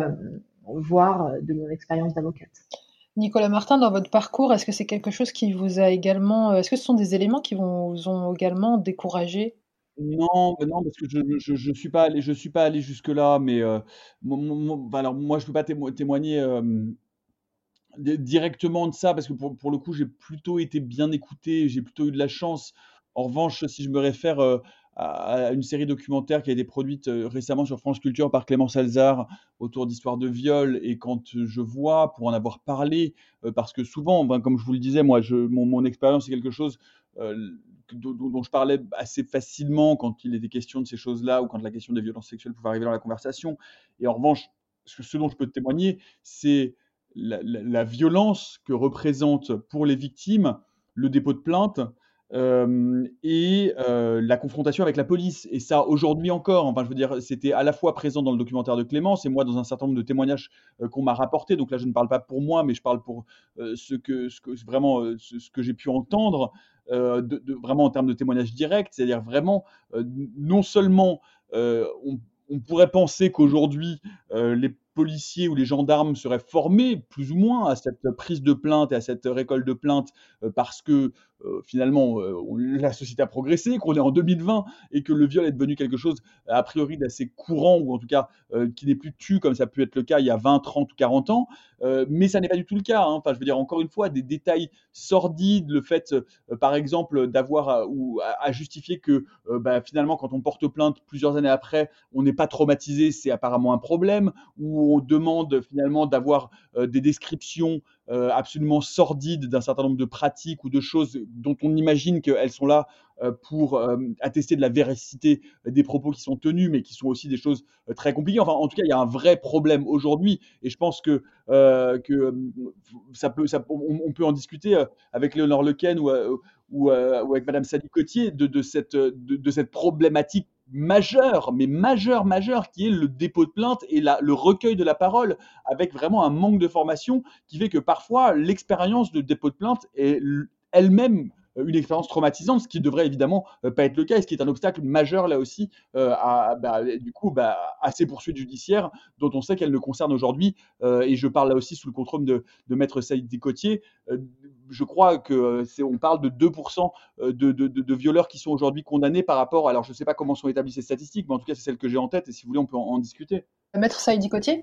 voir de mon expérience d'avocate. Nicolas Martin, dans votre parcours, est-ce que c'est quelque chose qui vous a également... Est-ce que ce sont des éléments qui vous ont également découragé? Non, parce que je suis pas allé jusque-là, mais alors moi, je peux pas témoigner directement de ça, parce que pour le coup, j'ai plutôt été bien écouté, j'ai plutôt eu de la chance. En revanche, si je me réfère à une série documentaire qui a été produite récemment sur France Culture par Clémence Alzard autour d'histoires de viol, et quand je vois, pour en avoir parlé, parce que souvent, comme je vous le disais, moi, mon expérience, c'est quelque chose dont je parlais assez facilement quand il était question de ces choses-là, ou quand la question des violences sexuelles pouvait arriver dans la conversation. Et en revanche, ce dont je peux témoigner, c'est la violence que représente pour les victimes le dépôt de plainte et la confrontation avec la police. Et ça, aujourd'hui encore, je veux dire, c'était à la fois présent dans le documentaire de Clémence et moi dans un certain nombre de témoignages qu'on m'a rapportés. Donc là, je ne parle pas pour moi, mais je parle pour ce que j'ai pu entendre vraiment en termes de témoignages directs. C'est-à-dire vraiment, non seulement on pourrait penser qu'aujourd'hui, les policiers ou les gendarmes seraient formés plus ou moins à cette prise de plainte et à cette récolte de plainte parce que finalement la société a progressé, qu'on est en 2020 et que le viol est devenu quelque chose a priori d'assez courant ou en tout cas qui n'est plus tu comme ça a pu être le cas il y a 20, 30 ou 40 ans. Mais ça n'est pas du tout le cas. Enfin, je veux dire, encore une fois, des détails sordides, le fait, par exemple, d'avoir à justifier que finalement, quand on porte plainte plusieurs années après, on n'est pas traumatisé, c'est apparemment un problème, ou on demande finalement d'avoir des descriptions absolument sordides d'un certain nombre de pratiques ou de choses dont on imagine qu'elles sont là pour attester de la véracité des propos qui sont tenus, mais qui sont aussi des choses très compliquées. Enfin, en tout cas, il y a un vrai problème aujourd'hui, et je pense que on peut en discuter avec Léonore Lequen ou avec Madame Sally Cottier de cette problématique majeure, qui est le dépôt de plainte et le recueil de la parole, avec vraiment un manque de formation qui fait que parfois l'expérience de dépôt de plainte est elle-même une expérience traumatisante, ce qui devrait évidemment pas être le cas, et ce qui est un obstacle majeur là aussi à ces poursuites judiciaires dont on sait qu'elles ne concernent aujourd'hui, et je parle là aussi sous le contrôle de Maître Saïd Cottier, je crois on parle de 2% de violeurs qui sont aujourd'hui condamnés par rapport, alors je ne sais pas comment sont établies ces statistiques, mais en tout cas c'est celles que j'ai en tête, et si vous voulez on peut en discuter. Maître Saïd Cottier.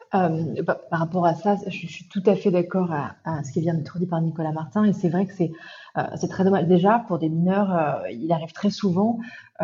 Par rapport à ça, je suis tout à fait d'accord à ce qui vient d'être dit par Nicolas Martin, et c'est vrai que c'est très dommage. Déjà, pour des mineurs, il arrive très souvent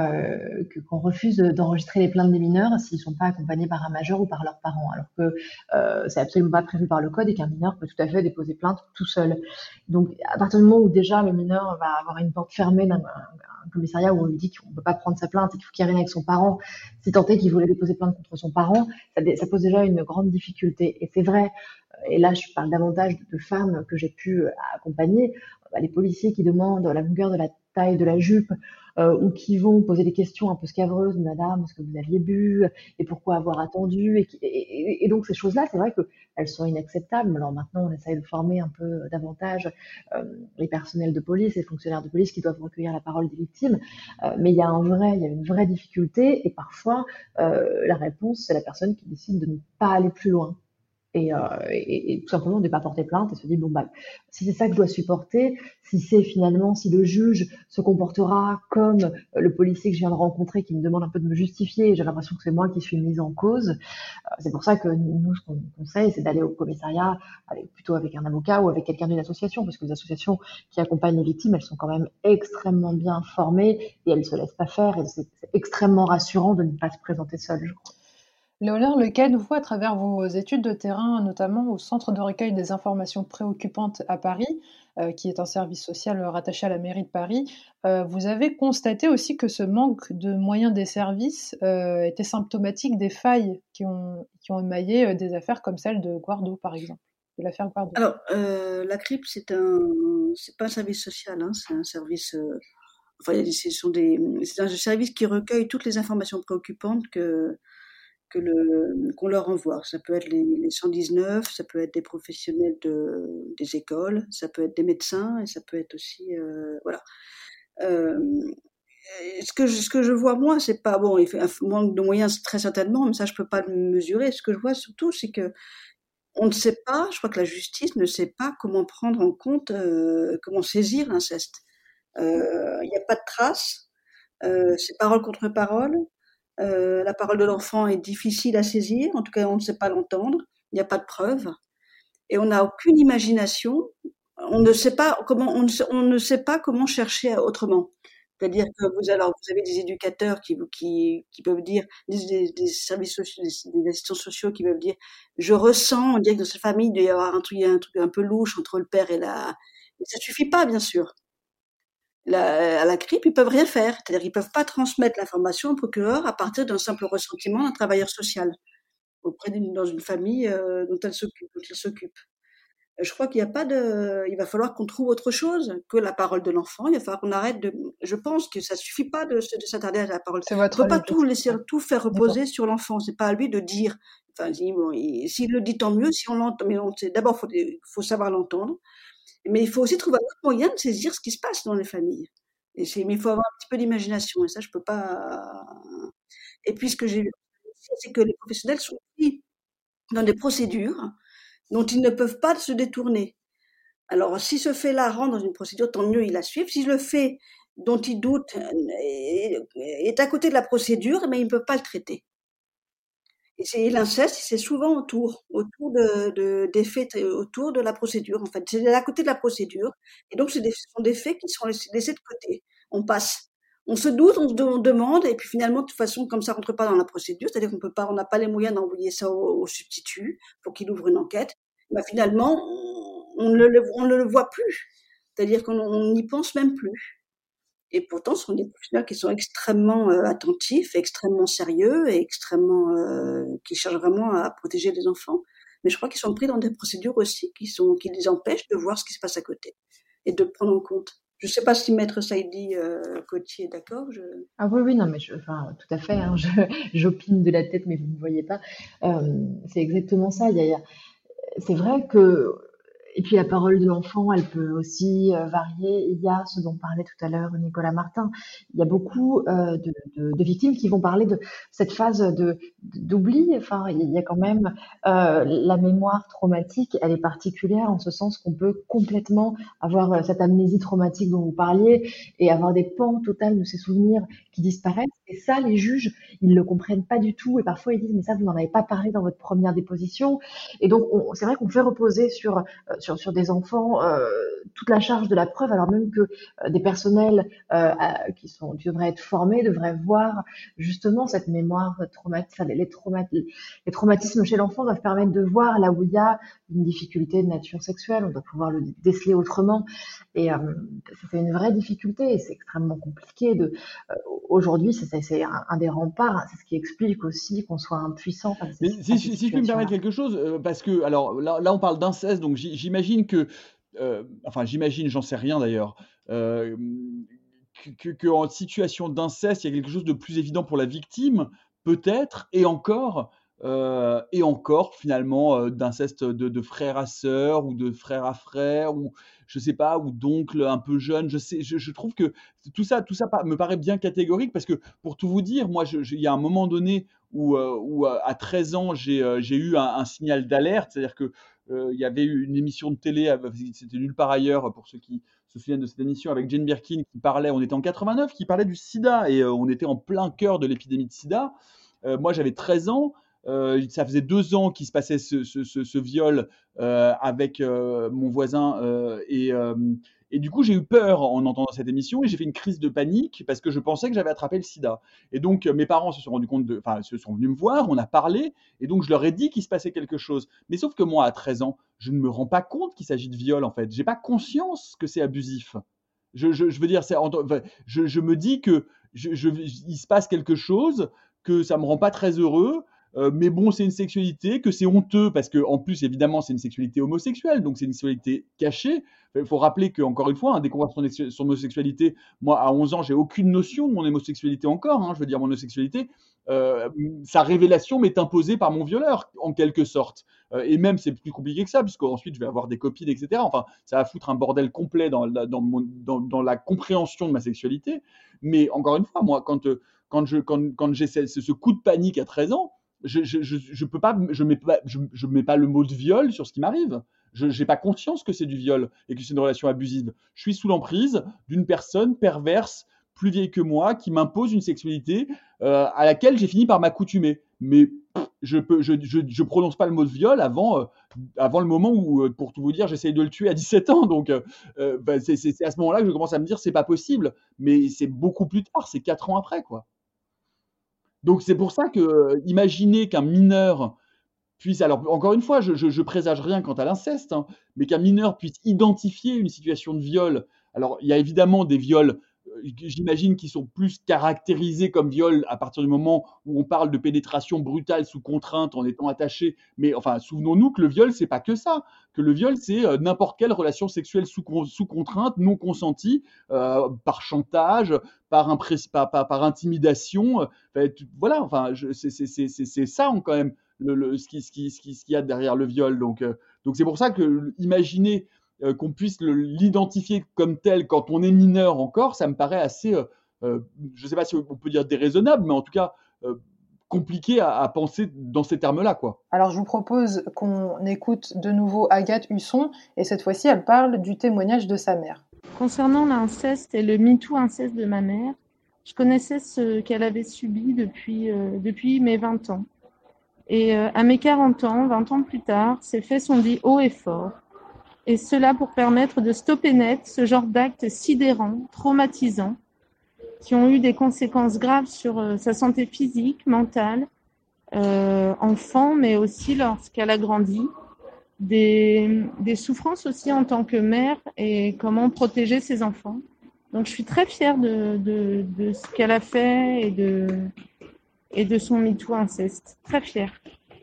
qu'on refuse d'enregistrer les plaintes des mineurs s'ils ne sont pas accompagnés par un majeur ou par leurs parents, alors que c'est absolument pas prévu par le code et qu'un mineur peut tout à fait déposer plainte tout seul. Donc, à partir du moment où déjà le mineur va avoir une porte fermée d'un commissariat où on lui dit qu'on ne peut pas prendre sa plainte et qu'il faut qu'il revienne avec son parent, si tant est qu'il voulait déposer plainte contre son parent, ça pose déjà une grande difficulté. Et c'est vrai, et là je parle davantage de femmes que j'ai pu accompagner, les policiers qui demandent la longueur de la taille de la jupe, ou qui vont poser des questions un peu scabreuses, madame, est-ce que vous aviez bu, et pourquoi avoir attendu, et donc ces choses-là, c'est vrai qu'elles sont inacceptables. Alors maintenant, on essaye de former un peu davantage les personnels de police, les fonctionnaires de police qui doivent recueillir la parole des victimes, mais il y a une vraie difficulté, et parfois la réponse, c'est la personne qui décide de ne pas aller plus loin. Et tout simplement de ne pas porter plainte et se dit si c'est ça que je dois supporter, si le juge se comportera comme le policier que je viens de rencontrer qui me demande un peu de me justifier et j'ai l'impression que c'est moi qui suis mise en cause, c'est pour ça que nous, ce qu'on conseille, c'est d'aller au commissariat plutôt avec un avocat ou avec quelqu'un d'une association, parce que les associations qui accompagnent les victimes, elles sont quand même extrêmement bien formées et elles ne se laissent pas faire, et c'est extrêmement rassurant de ne pas se présenter seule, je crois. Léonore Lequen, vous, à travers vos études de terrain, notamment au Centre de recueil des informations préoccupantes à Paris, qui est un service social rattaché à la mairie de Paris, vous avez constaté aussi que ce manque de moyens des services était symptomatique des failles qui ont émaillé des affaires comme celle de Guardo, par exemple, de l'affaire Guardo. Alors, la CRIP, c'est pas un service social, hein, c'est un service... c'est un service qui recueille toutes les informations préoccupantes qu'on leur envoie. Ça peut être les 119, ça peut être des professionnels des écoles, ça peut être des médecins, et ça peut être aussi ce que je vois moi, c'est pas bon. Il fait un manque de moyens très certainement, mais ça je peux pas le mesurer. Ce que je vois surtout, c'est que on ne sait pas. Je crois que la justice ne sait pas comment prendre en compte, comment saisir l'inceste. Il n'y a pas de traces. C'est parole contre parole. La parole de l'enfant est difficile à saisir, en tout cas on ne sait pas l'entendre, il n'y a pas de preuves, et on n'a aucune imagination, on ne sait pas comment chercher autrement. C'est-à-dire que vous avez des éducateurs qui peuvent dire, des services sociaux, des assistants sociaux qui peuvent dire, je ressens, on dirait que dans cette famille il doit y avoir un truc un peu louche entre le père et la... Mais ça suffit pas, bien sûr. À la CRIP, ils peuvent rien faire. C'est-à-dire qu'ils peuvent pas transmettre l'information au procureur à partir d'un simple ressentiment d'un travailleur social dans une famille dont il s'occupe. Je crois qu'il va falloir qu'on trouve autre chose que la parole de l'enfant. Il va falloir qu'on arrête je pense que ça suffit pas de s'attarder à la parole. On peut pas tout faire reposer sur l'enfant. C'est pas à lui de dire. Enfin, s'il le dit, tant mieux. Si on l'entend, mais d'abord, faut savoir l'entendre. Mais il faut aussi trouver un autre moyen de saisir ce qui se passe dans les familles. Mais il faut avoir un petit peu d'imagination, et ça, je peux pas. Et puis, ce que j'ai vu, c'est que les professionnels sont pris dans des procédures dont ils ne peuvent pas se détourner. Alors, si ce fait-là rentre dans une procédure, tant mieux, il la suive. Si le fait dont il doute est à côté de la procédure, mais il ne peut pas le traiter. Et l'inceste, c'est souvent autour des faits, autour de la procédure, en fait. C'est à côté de la procédure. Et donc, ce sont des faits qui sont laissés de côté. On passe. On se doute, on demande, et puis finalement, de toute façon, comme ça rentre pas dans la procédure, c'est-à-dire on n'a pas les moyens d'envoyer ça au substitut pour qu'il ouvre une enquête. Ben, finalement, on ne le voit plus. C'est-à-dire qu'on n'y pense même plus. Et pourtant, ce sont des professionnels qui sont extrêmement attentifs, extrêmement sérieux et qui cherchent vraiment à protéger les enfants. Mais je crois qu'ils sont pris dans des procédures aussi qui les empêchent de voir ce qui se passe à côté et de le prendre en compte. Je ne sais pas si Maître Saïdi Cotier est d'accord. Ah oui, non, mais tout à fait. Hein, j'opine de la tête, mais vous ne me voyez pas. C'est exactement ça. C'est vrai que et puis la parole de l'enfant, elle peut aussi varier. Il y a ce dont parlait tout à l'heure Nicolas Martin. Il y a beaucoup de victimes qui vont parler de cette phase d'oubli. Enfin, il y a quand même la mémoire traumatique, elle est particulière en ce sens qu'on peut complètement avoir cette amnésie traumatique dont vous parliez et avoir des pans totaux de ces souvenirs qui disparaissent. Et ça, les juges, ils le comprennent pas du tout. Et parfois, ils disent, mais ça, vous n'en avez pas parlé dans votre première déposition. Et donc, c'est vrai qu'on fait reposer sur des enfants toute la charge de la preuve, alors même que des personnels qui devraient être formés, devraient voir justement cette mémoire traumatique. Les traumatismes chez l'enfant doivent permettre de voir là où il y a une difficulté de nature sexuelle, on doit pouvoir le déceler autrement. Et c'est une vraie difficulté et c'est extrêmement compliqué. Aujourd'hui, c'est un des remparts, hein, c'est ce qui explique aussi qu'on soit impuissant face à si je peux me permettre quelque chose, parce que alors là on parle d'inceste, donc j'imagine que, j'en sais rien d'ailleurs, qu'en situation d'inceste, il y a quelque chose de plus évident pour la victime, peut-être, et encore finalement, d'inceste de frère à sœur ou de frère à frère ou je sais pas, ou d'oncle un peu jeune. Je trouve que tout ça me paraît bien catégorique parce que pour tout vous dire, moi, il y a un moment donné où à 13 ans, j'ai eu un signal d'alerte, c'est-à-dire que il y avait eu une émission de télé, c'était Nulle part ailleurs pour ceux qui se souviennent de cette émission avec Jane Birkin qui parlait, on était en 89, qui parlait du sida et on était en plein cœur de l'épidémie de sida. Moi, j'avais 13 ans. Ça faisait 2 ans qu'il se passait ce viol avec mon voisin et du coup j'ai eu peur en entendant cette émission et j'ai fait une crise de panique parce que je pensais que j'avais attrapé le sida. Et donc mes parents se sont rendus compte se sont venus me voir, on a parlé et donc je leur ai dit qu'il se passait quelque chose. Mais sauf que moi à 13 ans, je ne me rends pas compte qu'il s'agit de viol en fait. J'ai pas conscience que c'est abusif. Je veux dire, je me dis que il se passe quelque chose, que ça me rend pas très heureux. Mais bon, c'est une sexualité, que c'est honteux, parce qu'en plus, évidemment, c'est une sexualité homosexuelle, donc c'est une sexualité cachée. Il faut rappeler qu'encore une fois, dès qu'on va sur l'homosexualité, moi, à 11 ans, j'ai aucune notion de mon homosexualité encore. Je veux dire, mon homosexualité, sa révélation m'est imposée par mon violeur, en quelque sorte. Et même, c'est plus compliqué que ça, puisqu'ensuite, je vais avoir des copines, etc. Enfin, ça va foutre un bordel complet dans la compréhension de ma sexualité. Mais encore une fois, moi, quand j'ai ce coup de panique à 13 ans, je peux pas, je mets pas le mot de viol sur ce qui m'arrive. Je n'ai pas conscience que c'est du viol et que c'est une relation abusive. Je suis sous l'emprise d'une personne perverse, plus vieille que moi, qui m'impose une sexualité à laquelle j'ai fini par m'accoutumer. Mais je prononce pas le mot de viol avant le moment où, pour tout vous dire, j'essaye de le tuer à 17 ans. Donc c'est à ce moment-là que je commence à me dire c'est pas possible. Mais c'est beaucoup plus tard, c'est 4 ans après, quoi. Donc c'est pour ça que imaginer qu'un mineur puisse, alors encore une fois, je présage rien quant à l'inceste, mais qu'un mineur puisse identifier une situation de viol. Alors il y a évidemment des viols, j'imagine, qui sont plus caractérisés comme viol à partir du moment où on parle de pénétration brutale sous contrainte en étant attaché. Mais enfin, souvenons-nous que le viol, c'est pas que ça. Que le viol, c'est n'importe quelle relation sexuelle sous contrainte, non consentie, par chantage, par intimidation. Voilà, enfin, c'est ça quand même ce qu'il y a derrière le viol. Donc c'est pour ça que imaginer qu'on puisse l'identifier comme tel quand on est mineur encore, ça me paraît assez, je ne sais pas si on peut dire déraisonnable, mais en tout cas compliqué à penser dans ces termes-là, quoi. Alors, je vous propose qu'on écoute de nouveau Agathe Husson, et cette fois-ci, elle parle du témoignage de sa mère. Concernant l'inceste et le MeToo inceste de ma mère, je connaissais ce qu'elle avait subi depuis mes 20 ans. Et à mes 40 ans, 20 ans plus tard, ces faits sont dits haut et fort. Et cela pour permettre de stopper net ce genre d'actes sidérants, traumatisants, qui ont eu des conséquences graves sur sa santé physique, mentale, enfant, mais aussi lorsqu'elle a grandi, des souffrances aussi en tant que mère et comment protéger ses enfants. Donc je suis très fière de ce qu'elle a fait et de son MeToo inceste. Très fière.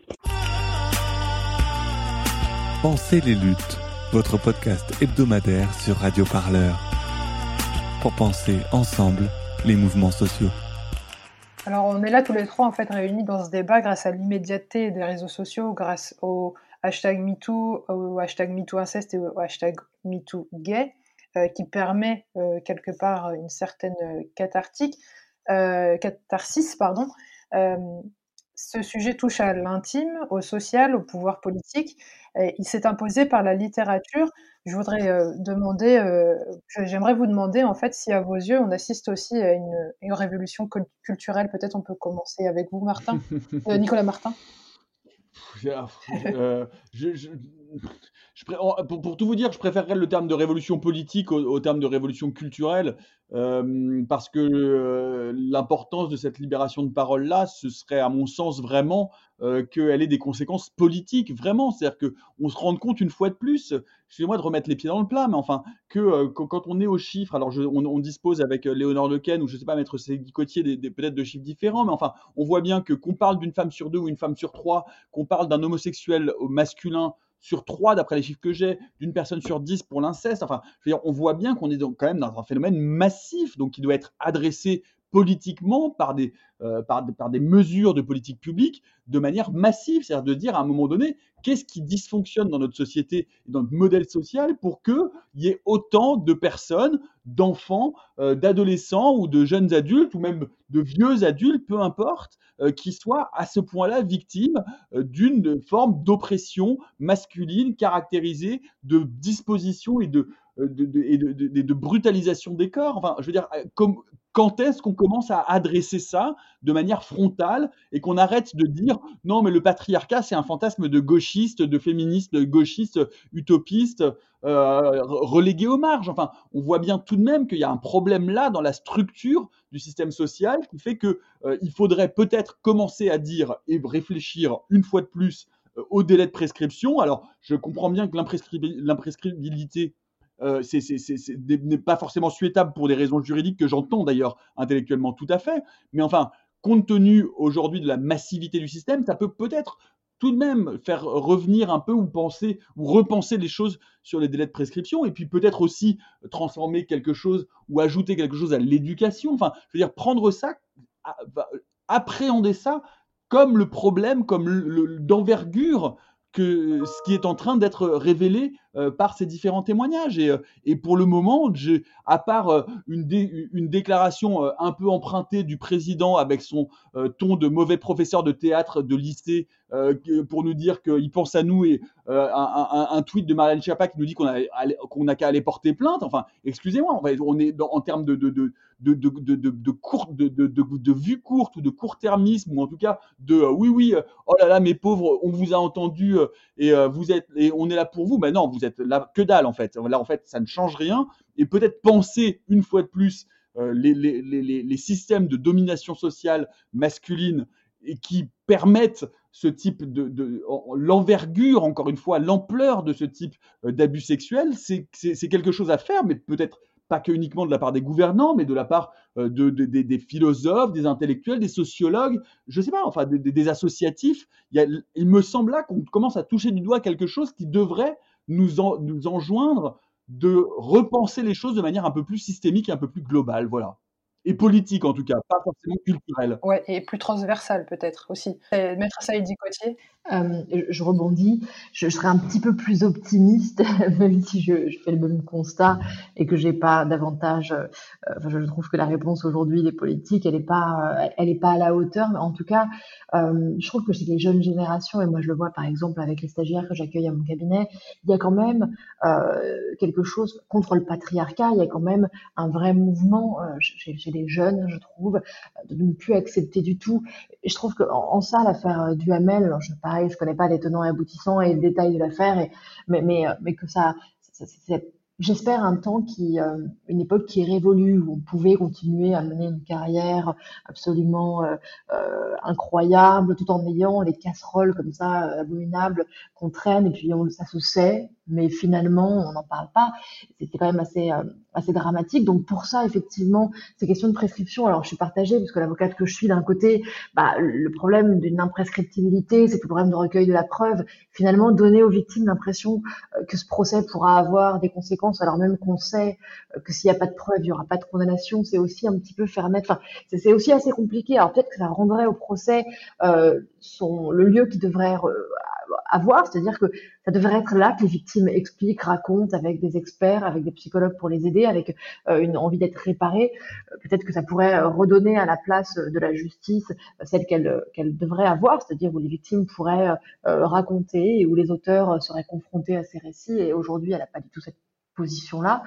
Pensez les luttes, votre podcast hebdomadaire sur Radio Parleur. Pour penser ensemble les mouvements sociaux. Alors, on est là tous les trois, en fait, réunis dans ce débat grâce à l'immédiateté des réseaux sociaux, grâce au hashtag MeToo, au hashtag MeToo inceste et au hashtag MeToo gay, qui permet quelque part une certaine catharsis. Ce sujet touche à l'intime, au social, au pouvoir politique. Il s'est imposé par la littérature. Je voudrais j'aimerais vous demander, en fait, si à vos yeux, on assiste aussi à une révolution culturelle. Peut-être on peut commencer avec vous, Martin, Nicolas Martin. Pour tout vous dire, je préférerais le terme de révolution politique au terme de révolution culturelle, parce que l'importance de cette libération de parole-là, ce serait à mon sens vraiment qu'elle ait des conséquences politiques, vraiment. C'est-à-dire qu'on se rende compte une fois de plus, excusez-moi de remettre les pieds dans le plat, mais enfin, que quand on est aux chiffres, alors on dispose avec Léonore Lequen ou je ne sais pas, Maître Ségui-Cotier, peut-être de chiffres différents, mais enfin, on voit bien qu'on parle d'une femme sur 2 ou une femme sur 3, qu'on parle d'un homosexuel masculin sur 3, d'après les chiffres que j'ai, d'une personne sur 10 pour l'inceste. Enfin, je veux dire, on voit bien qu'on est quand même dans un phénomène massif, donc qui doit être adressé politiquement par des mesures de politique publique de manière massive. C'est-à-dire de dire à un moment donné, qu'est-ce qui dysfonctionne dans notre société et dans notre modèle social pour qu'il y ait autant de personnes, d'enfants, d'adolescents ou de jeunes adultes ou même de vieux adultes, peu importe, qui soient à ce point-là victimes d'une forme d'oppression masculine caractérisée de disposition et de brutalisation des corps. Enfin, je veux dire, quand est-ce qu'on commence à adresser ça de manière frontale et qu'on arrête de dire non, mais le patriarcat, c'est un fantasme de gauchistes, de féministes, de gauchistes utopistes, relégués aux marges. Enfin, on voit bien tout de même qu'il y a un problème là dans la structure du système social qui fait qu'il faudrait peut-être commencer à dire et réfléchir une fois de plus au délai de prescription. Alors, je comprends bien que l'imprescriptibilité n'est pas forcément souhaitable pour des raisons juridiques que j'entends d'ailleurs intellectuellement tout à fait, mais enfin, compte tenu aujourd'hui de la massivité du système, ça peut-être tout de même faire revenir un peu ou repenser les choses sur les délais de prescription et puis peut-être aussi transformer quelque chose ou ajouter quelque chose à l'éducation. Enfin, je veux dire, prendre ça, appréhender ça comme le problème, comme d'envergure que ce qui est en train d'être révélé par ces différents témoignages. Et pour le moment, à part une déclaration un peu empruntée du président avec son ton de mauvais professeur de théâtre de lycée pour nous dire qu'il pense à nous et un tweet de Marianne Schiappa qui nous dit qu'on n'a qu'à aller porter plainte. Enfin, excusez-moi, on est en termes de vue courte ou de court-termisme ou en tout cas oui, oh là là mes pauvres, on vous a entendu et on est là pour vous. Ben non, vous êtes là que dalle en fait. Là en fait, ça ne change rien et peut-être penser une fois de plus les systèmes de domination sociale masculine et qui permettent ce type l'envergure, encore une fois, l'ampleur de ce type d'abus sexuels, c'est quelque chose à faire, mais peut-être pas que uniquement de la part des gouvernants, mais de la part des philosophes, des intellectuels, des sociologues, je sais pas, enfin des associatifs. Il me semble là qu'on commence à toucher du doigt quelque chose qui devrait nous enjoindre de repenser les choses de manière un peu plus systémique et un peu plus globale, voilà. Et politique en tout cas, pas forcément culturelle. Ouais, et plus transversale peut-être aussi. Maître Saïdi Cotier. Je rebondis, je serais un petit peu plus optimiste, même si je fais le même constat et que j'ai pas davantage. Je trouve que la réponse aujourd'hui des politiques, elle est pas à la hauteur. Mais en tout cas, je trouve que chez les jeunes générations, et moi je le vois par exemple avec les stagiaires que j'accueille à mon cabinet, il y a quand même quelque chose contre le patriarcat. Il y a quand même un vrai mouvement chez les jeunes, je trouve, de ne plus accepter du tout. Et je trouve qu'en ça, l'affaire Duhamel, alors pareil, je connais pas les tenants et aboutissants et le détail de l'affaire, mais que c'est, j'espère un temps une époque qui est révolue, où on pouvait continuer à mener une carrière absolument incroyable, tout en ayant les casseroles comme ça abominables qu'on traîne, et puis ça se sait, mais finalement on n'en parle pas. C'était quand même assez dramatique. Donc pour ça, effectivement, ces questions de prescription, alors je suis partagée, parce que l'avocate que je suis, d'un côté, le problème d'une imprescriptibilité, c'est le problème de recueil de la preuve. Finalement, donner aux victimes l'impression que ce procès pourra avoir des conséquences, alors même qu'on sait que s'il n'y a pas de preuve, il n'y aura pas de condamnation, c'est aussi un petit peu faire naître. Enfin, c'est aussi assez compliqué. Alors peut-être que ça rendrait au procès le lieu qui devrait avoir, c'est-à-dire que ça devrait être là que les victimes expliquent, racontent, avec des experts, avec des psychologues pour les aider, avec une envie d'être réparées. Peut-être que ça pourrait redonner à la place de la justice celle qu'elle devrait avoir, c'est-à-dire où les victimes pourraient raconter et où les auteurs seraient confrontés à ces récits. Et aujourd'hui, elle n'a pas du tout cette position-là.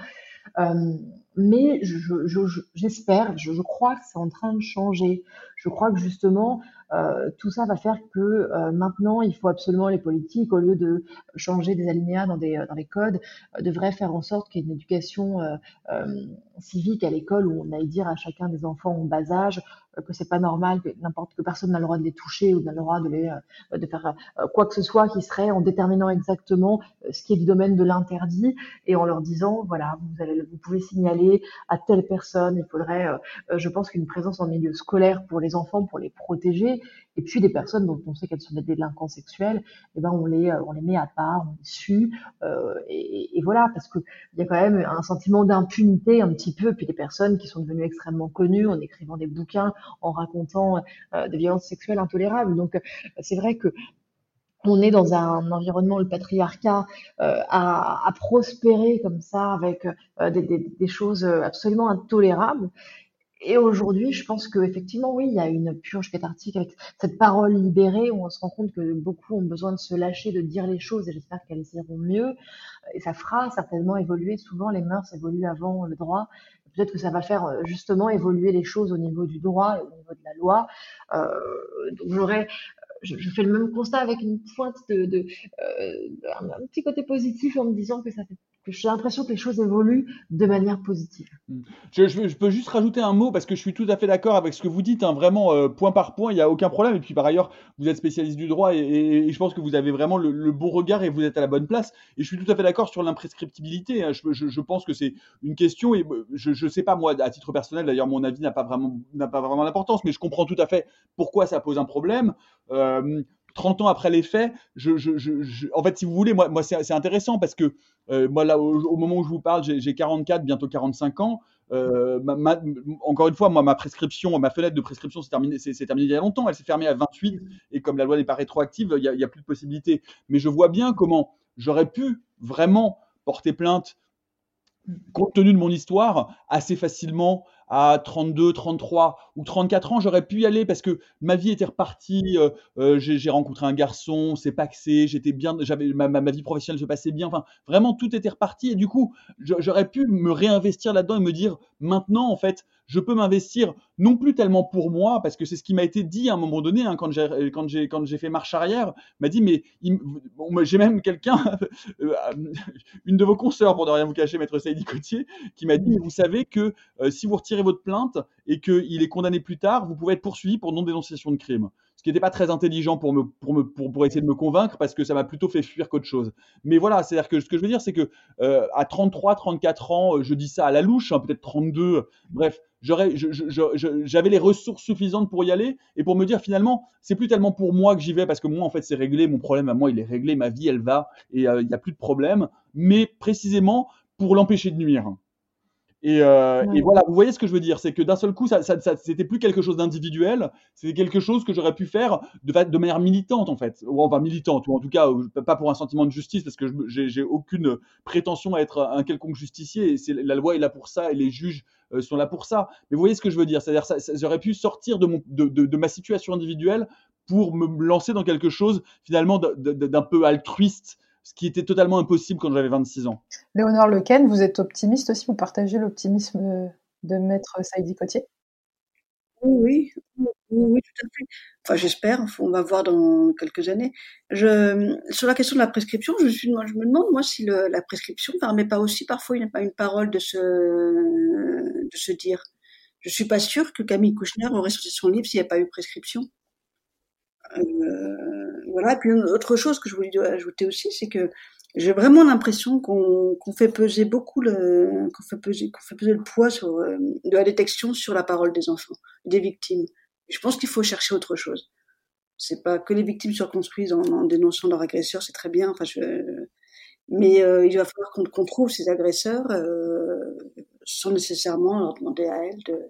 Mais j'espère, je crois que c'est en train de changer. Je crois que justement, tout ça va faire que maintenant, il faut absolument, les politiques, au lieu de changer des alinéas dans les codes, devraient faire en sorte qu'il y ait une éducation civique à l'école, où on aille dire à chacun des enfants en bas âge que c'est pas normal, que personne n'a le droit de les toucher ou n'a le droit de faire quoi que ce soit, qui serait en déterminant exactement ce qui est du domaine de l'interdit, et en leur disant, voilà, vous pouvez signaler à telle personne. Il faudrait, je pense, qu'une présence en milieu scolaire pour les enfants, pour les protéger, et puis des personnes dont on sait qu'elles sont des délinquants sexuels, on les met à part, on les sue, et voilà, parce que il y a quand même un sentiment d'impunité un petit peu, puis des personnes qui sont devenues extrêmement connues en écrivant des bouquins, en racontant des violences sexuelles intolérables. Donc c'est vrai que on est dans un environnement où le patriarcat a prospéré comme ça, avec des choses absolument intolérables. Et aujourd'hui, je pense qu'effectivement, oui, il y a une purge cathartique avec cette parole libérée, où on se rend compte que beaucoup ont besoin de se lâcher, de dire les choses, et j'espère qu'elles iront mieux. Et ça fera certainement évoluer. Souvent, les mœurs évoluent avant le droit. Peut-être que ça va faire justement évoluer les choses au niveau du droit et au niveau de la loi. Donc je fais le même constat, avec une pointe un petit côté positif, en me disant que j'ai l'impression que les choses évoluent de manière positive. Je peux juste rajouter un mot, parce que je suis tout à fait d'accord avec ce que vous dites, hein, vraiment point par point, il n'y a aucun problème. Et puis par ailleurs, vous êtes spécialiste du droit, et je pense que vous avez vraiment le bon regard et vous êtes à la bonne place. Et je suis tout à fait d'accord sur l'imprescriptibilité, hein. Je pense que c'est une question, et je sais pas, moi, à titre personnel, d'ailleurs, mon avis n'a pas vraiment d'importance, mais je comprends tout à fait pourquoi ça pose un problème. 30 ans après les faits, en fait, si vous voulez, moi c'est intéressant, parce que moi, là, au moment où je vous parle, j'ai 44, bientôt 45 ans. Encore une fois, moi, ma fenêtre de prescription s'est terminée il y a longtemps. Elle s'est fermée à 28, et comme la loi n'est pas rétroactive, il y a plus de possibilités. Mais je vois bien comment j'aurais pu vraiment porter plainte, compte tenu de mon histoire, assez facilement à 32, 33 ou 34 ans. J'aurais pu y aller, parce que ma vie était repartie. J'ai rencontré un garçon, c'est paxé, j'étais bien, ma vie professionnelle se passait bien. Enfin, vraiment, tout était reparti. Et du coup, j'aurais pu me réinvestir là-dedans et me dire, maintenant, en fait, je peux m'investir non plus tellement pour moi, parce que c'est ce qui m'a été dit à un moment donné, hein, quand j'ai fait marche arrière. M'a dit, mais j'ai même quelqu'un, une de vos consoeurs, pour ne rien vous cacher, maître Saïdi Cotier, qui m'a dit, vous savez que si vous retirez votre plainte et qu'il est condamné plus tard, vous pouvez être poursuivi pour non-dénonciation de crime. Ce qui n'était pas très intelligent pour essayer de me convaincre, parce que ça m'a plutôt fait fuir qu'autre chose. Mais voilà, c'est-à-dire que ce que je veux dire, c'est que à 33, 34 ans, je dis ça à la louche, hein, peut-être 32, bref, j'avais les ressources suffisantes pour y aller, et pour me dire, finalement, c'est plus tellement pour moi que j'y vais, parce que moi, en fait, c'est réglé, mon problème à moi, il est réglé, ma vie, elle va, et il n'y a plus de problème, mais précisément pour l'empêcher de nuire. Et voilà, vous voyez ce que je veux dire, c'est que d'un seul coup, ça c'était plus quelque chose d'individuel, c'était quelque chose que j'aurais pu faire de manière militante en fait, ou enfin militante, ou en tout cas pas pour un sentiment de justice, parce que j'ai aucune prétention à être un quelconque justicier. Et la loi est là pour ça, et les juges sont là pour ça. Mais vous voyez ce que je veux dire, c'est-à-dire j'aurais pu sortir de ma situation individuelle pour me lancer dans quelque chose finalement d'un peu altruiste, ce qui était totalement impossible quand j'avais 26 ans. Léonore Lequesne, vous êtes optimiste aussi, vous partagez l'optimisme de Maître Saïdi Cottier? Oui, tout à fait. Enfin, j'espère, on va voir dans quelques années. Sur la question de la prescription, je me demande, moi, si la prescription ne permet pas aussi parfois une parole de se dire. Je suis pas sûre que Camille Kouchner aurait sorti son livre s'il n'y avait pas eu prescription. Voilà. Et puis autre chose que je voulais ajouter aussi, c'est que j'ai vraiment l'impression qu'on fait peser beaucoup le poids de la détection sur la parole des enfants, des victimes. Et je pense qu'il faut chercher autre chose. C'est pas que les victimes se reconstruisent en dénonçant leur agresseur, c'est très bien. Mais il va falloir qu'on trouve ces agresseurs sans nécessairement leur demander à elles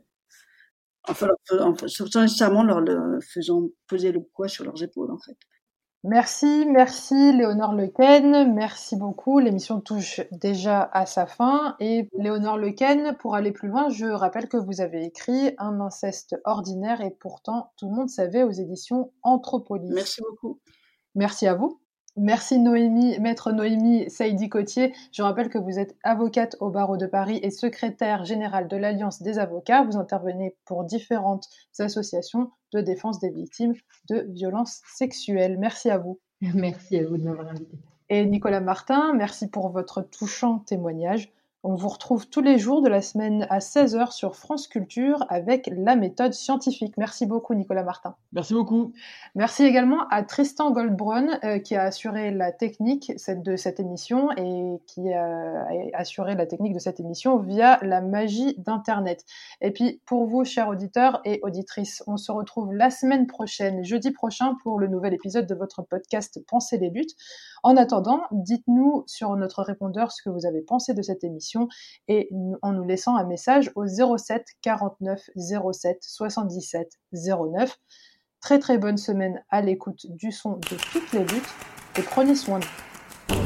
sans nécessairement leur faisant peser le poids sur leurs épaules, en fait. Merci Léonore Lequesne, merci beaucoup. L'émission touche déjà à sa fin. Et Léonore Lequesne, pour aller plus loin, je rappelle que vous avez écrit Un inceste ordinaire et pourtant tout le monde savait aux éditions Anthropolis. Merci beaucoup. Merci à vous. Merci Maître Noémie Saïdi Cottier. Je rappelle que vous êtes avocate au barreau de Paris et secrétaire générale de l'Alliance des avocats. Vous intervenez pour différentes associations de défense des victimes de violences sexuelles. Merci à vous. Merci à vous de m'avoir invité. Et Nicolas Martin, merci pour votre touchant témoignage. On vous retrouve tous les jours de la semaine à 16h sur France Culture avec la méthode scientifique. Merci beaucoup Nicolas Martin. Merci beaucoup. Merci également à Tristan Goldbrunn qui a assuré la technique de cette émission et qui a assuré la technique de cette émission via la magie d'Internet. Et puis pour vous, chers auditeurs et auditrices, on se retrouve la semaine prochaine, jeudi prochain, pour le nouvel épisode de votre podcast Pensez les luttes. En attendant, dites-nous sur notre répondeur ce que vous avez pensé de cette émission et en nous laissant un message au 07 49 07 77 09. Très très bonne semaine à l'écoute du son de toutes les luttes et prenez soin de vous.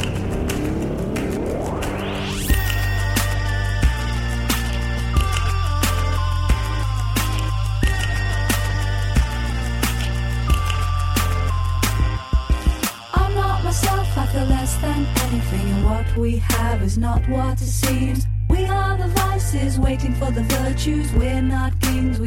Less than anything, and what we have is not what it seems. We are the vices waiting for the virtues. We're not kings, we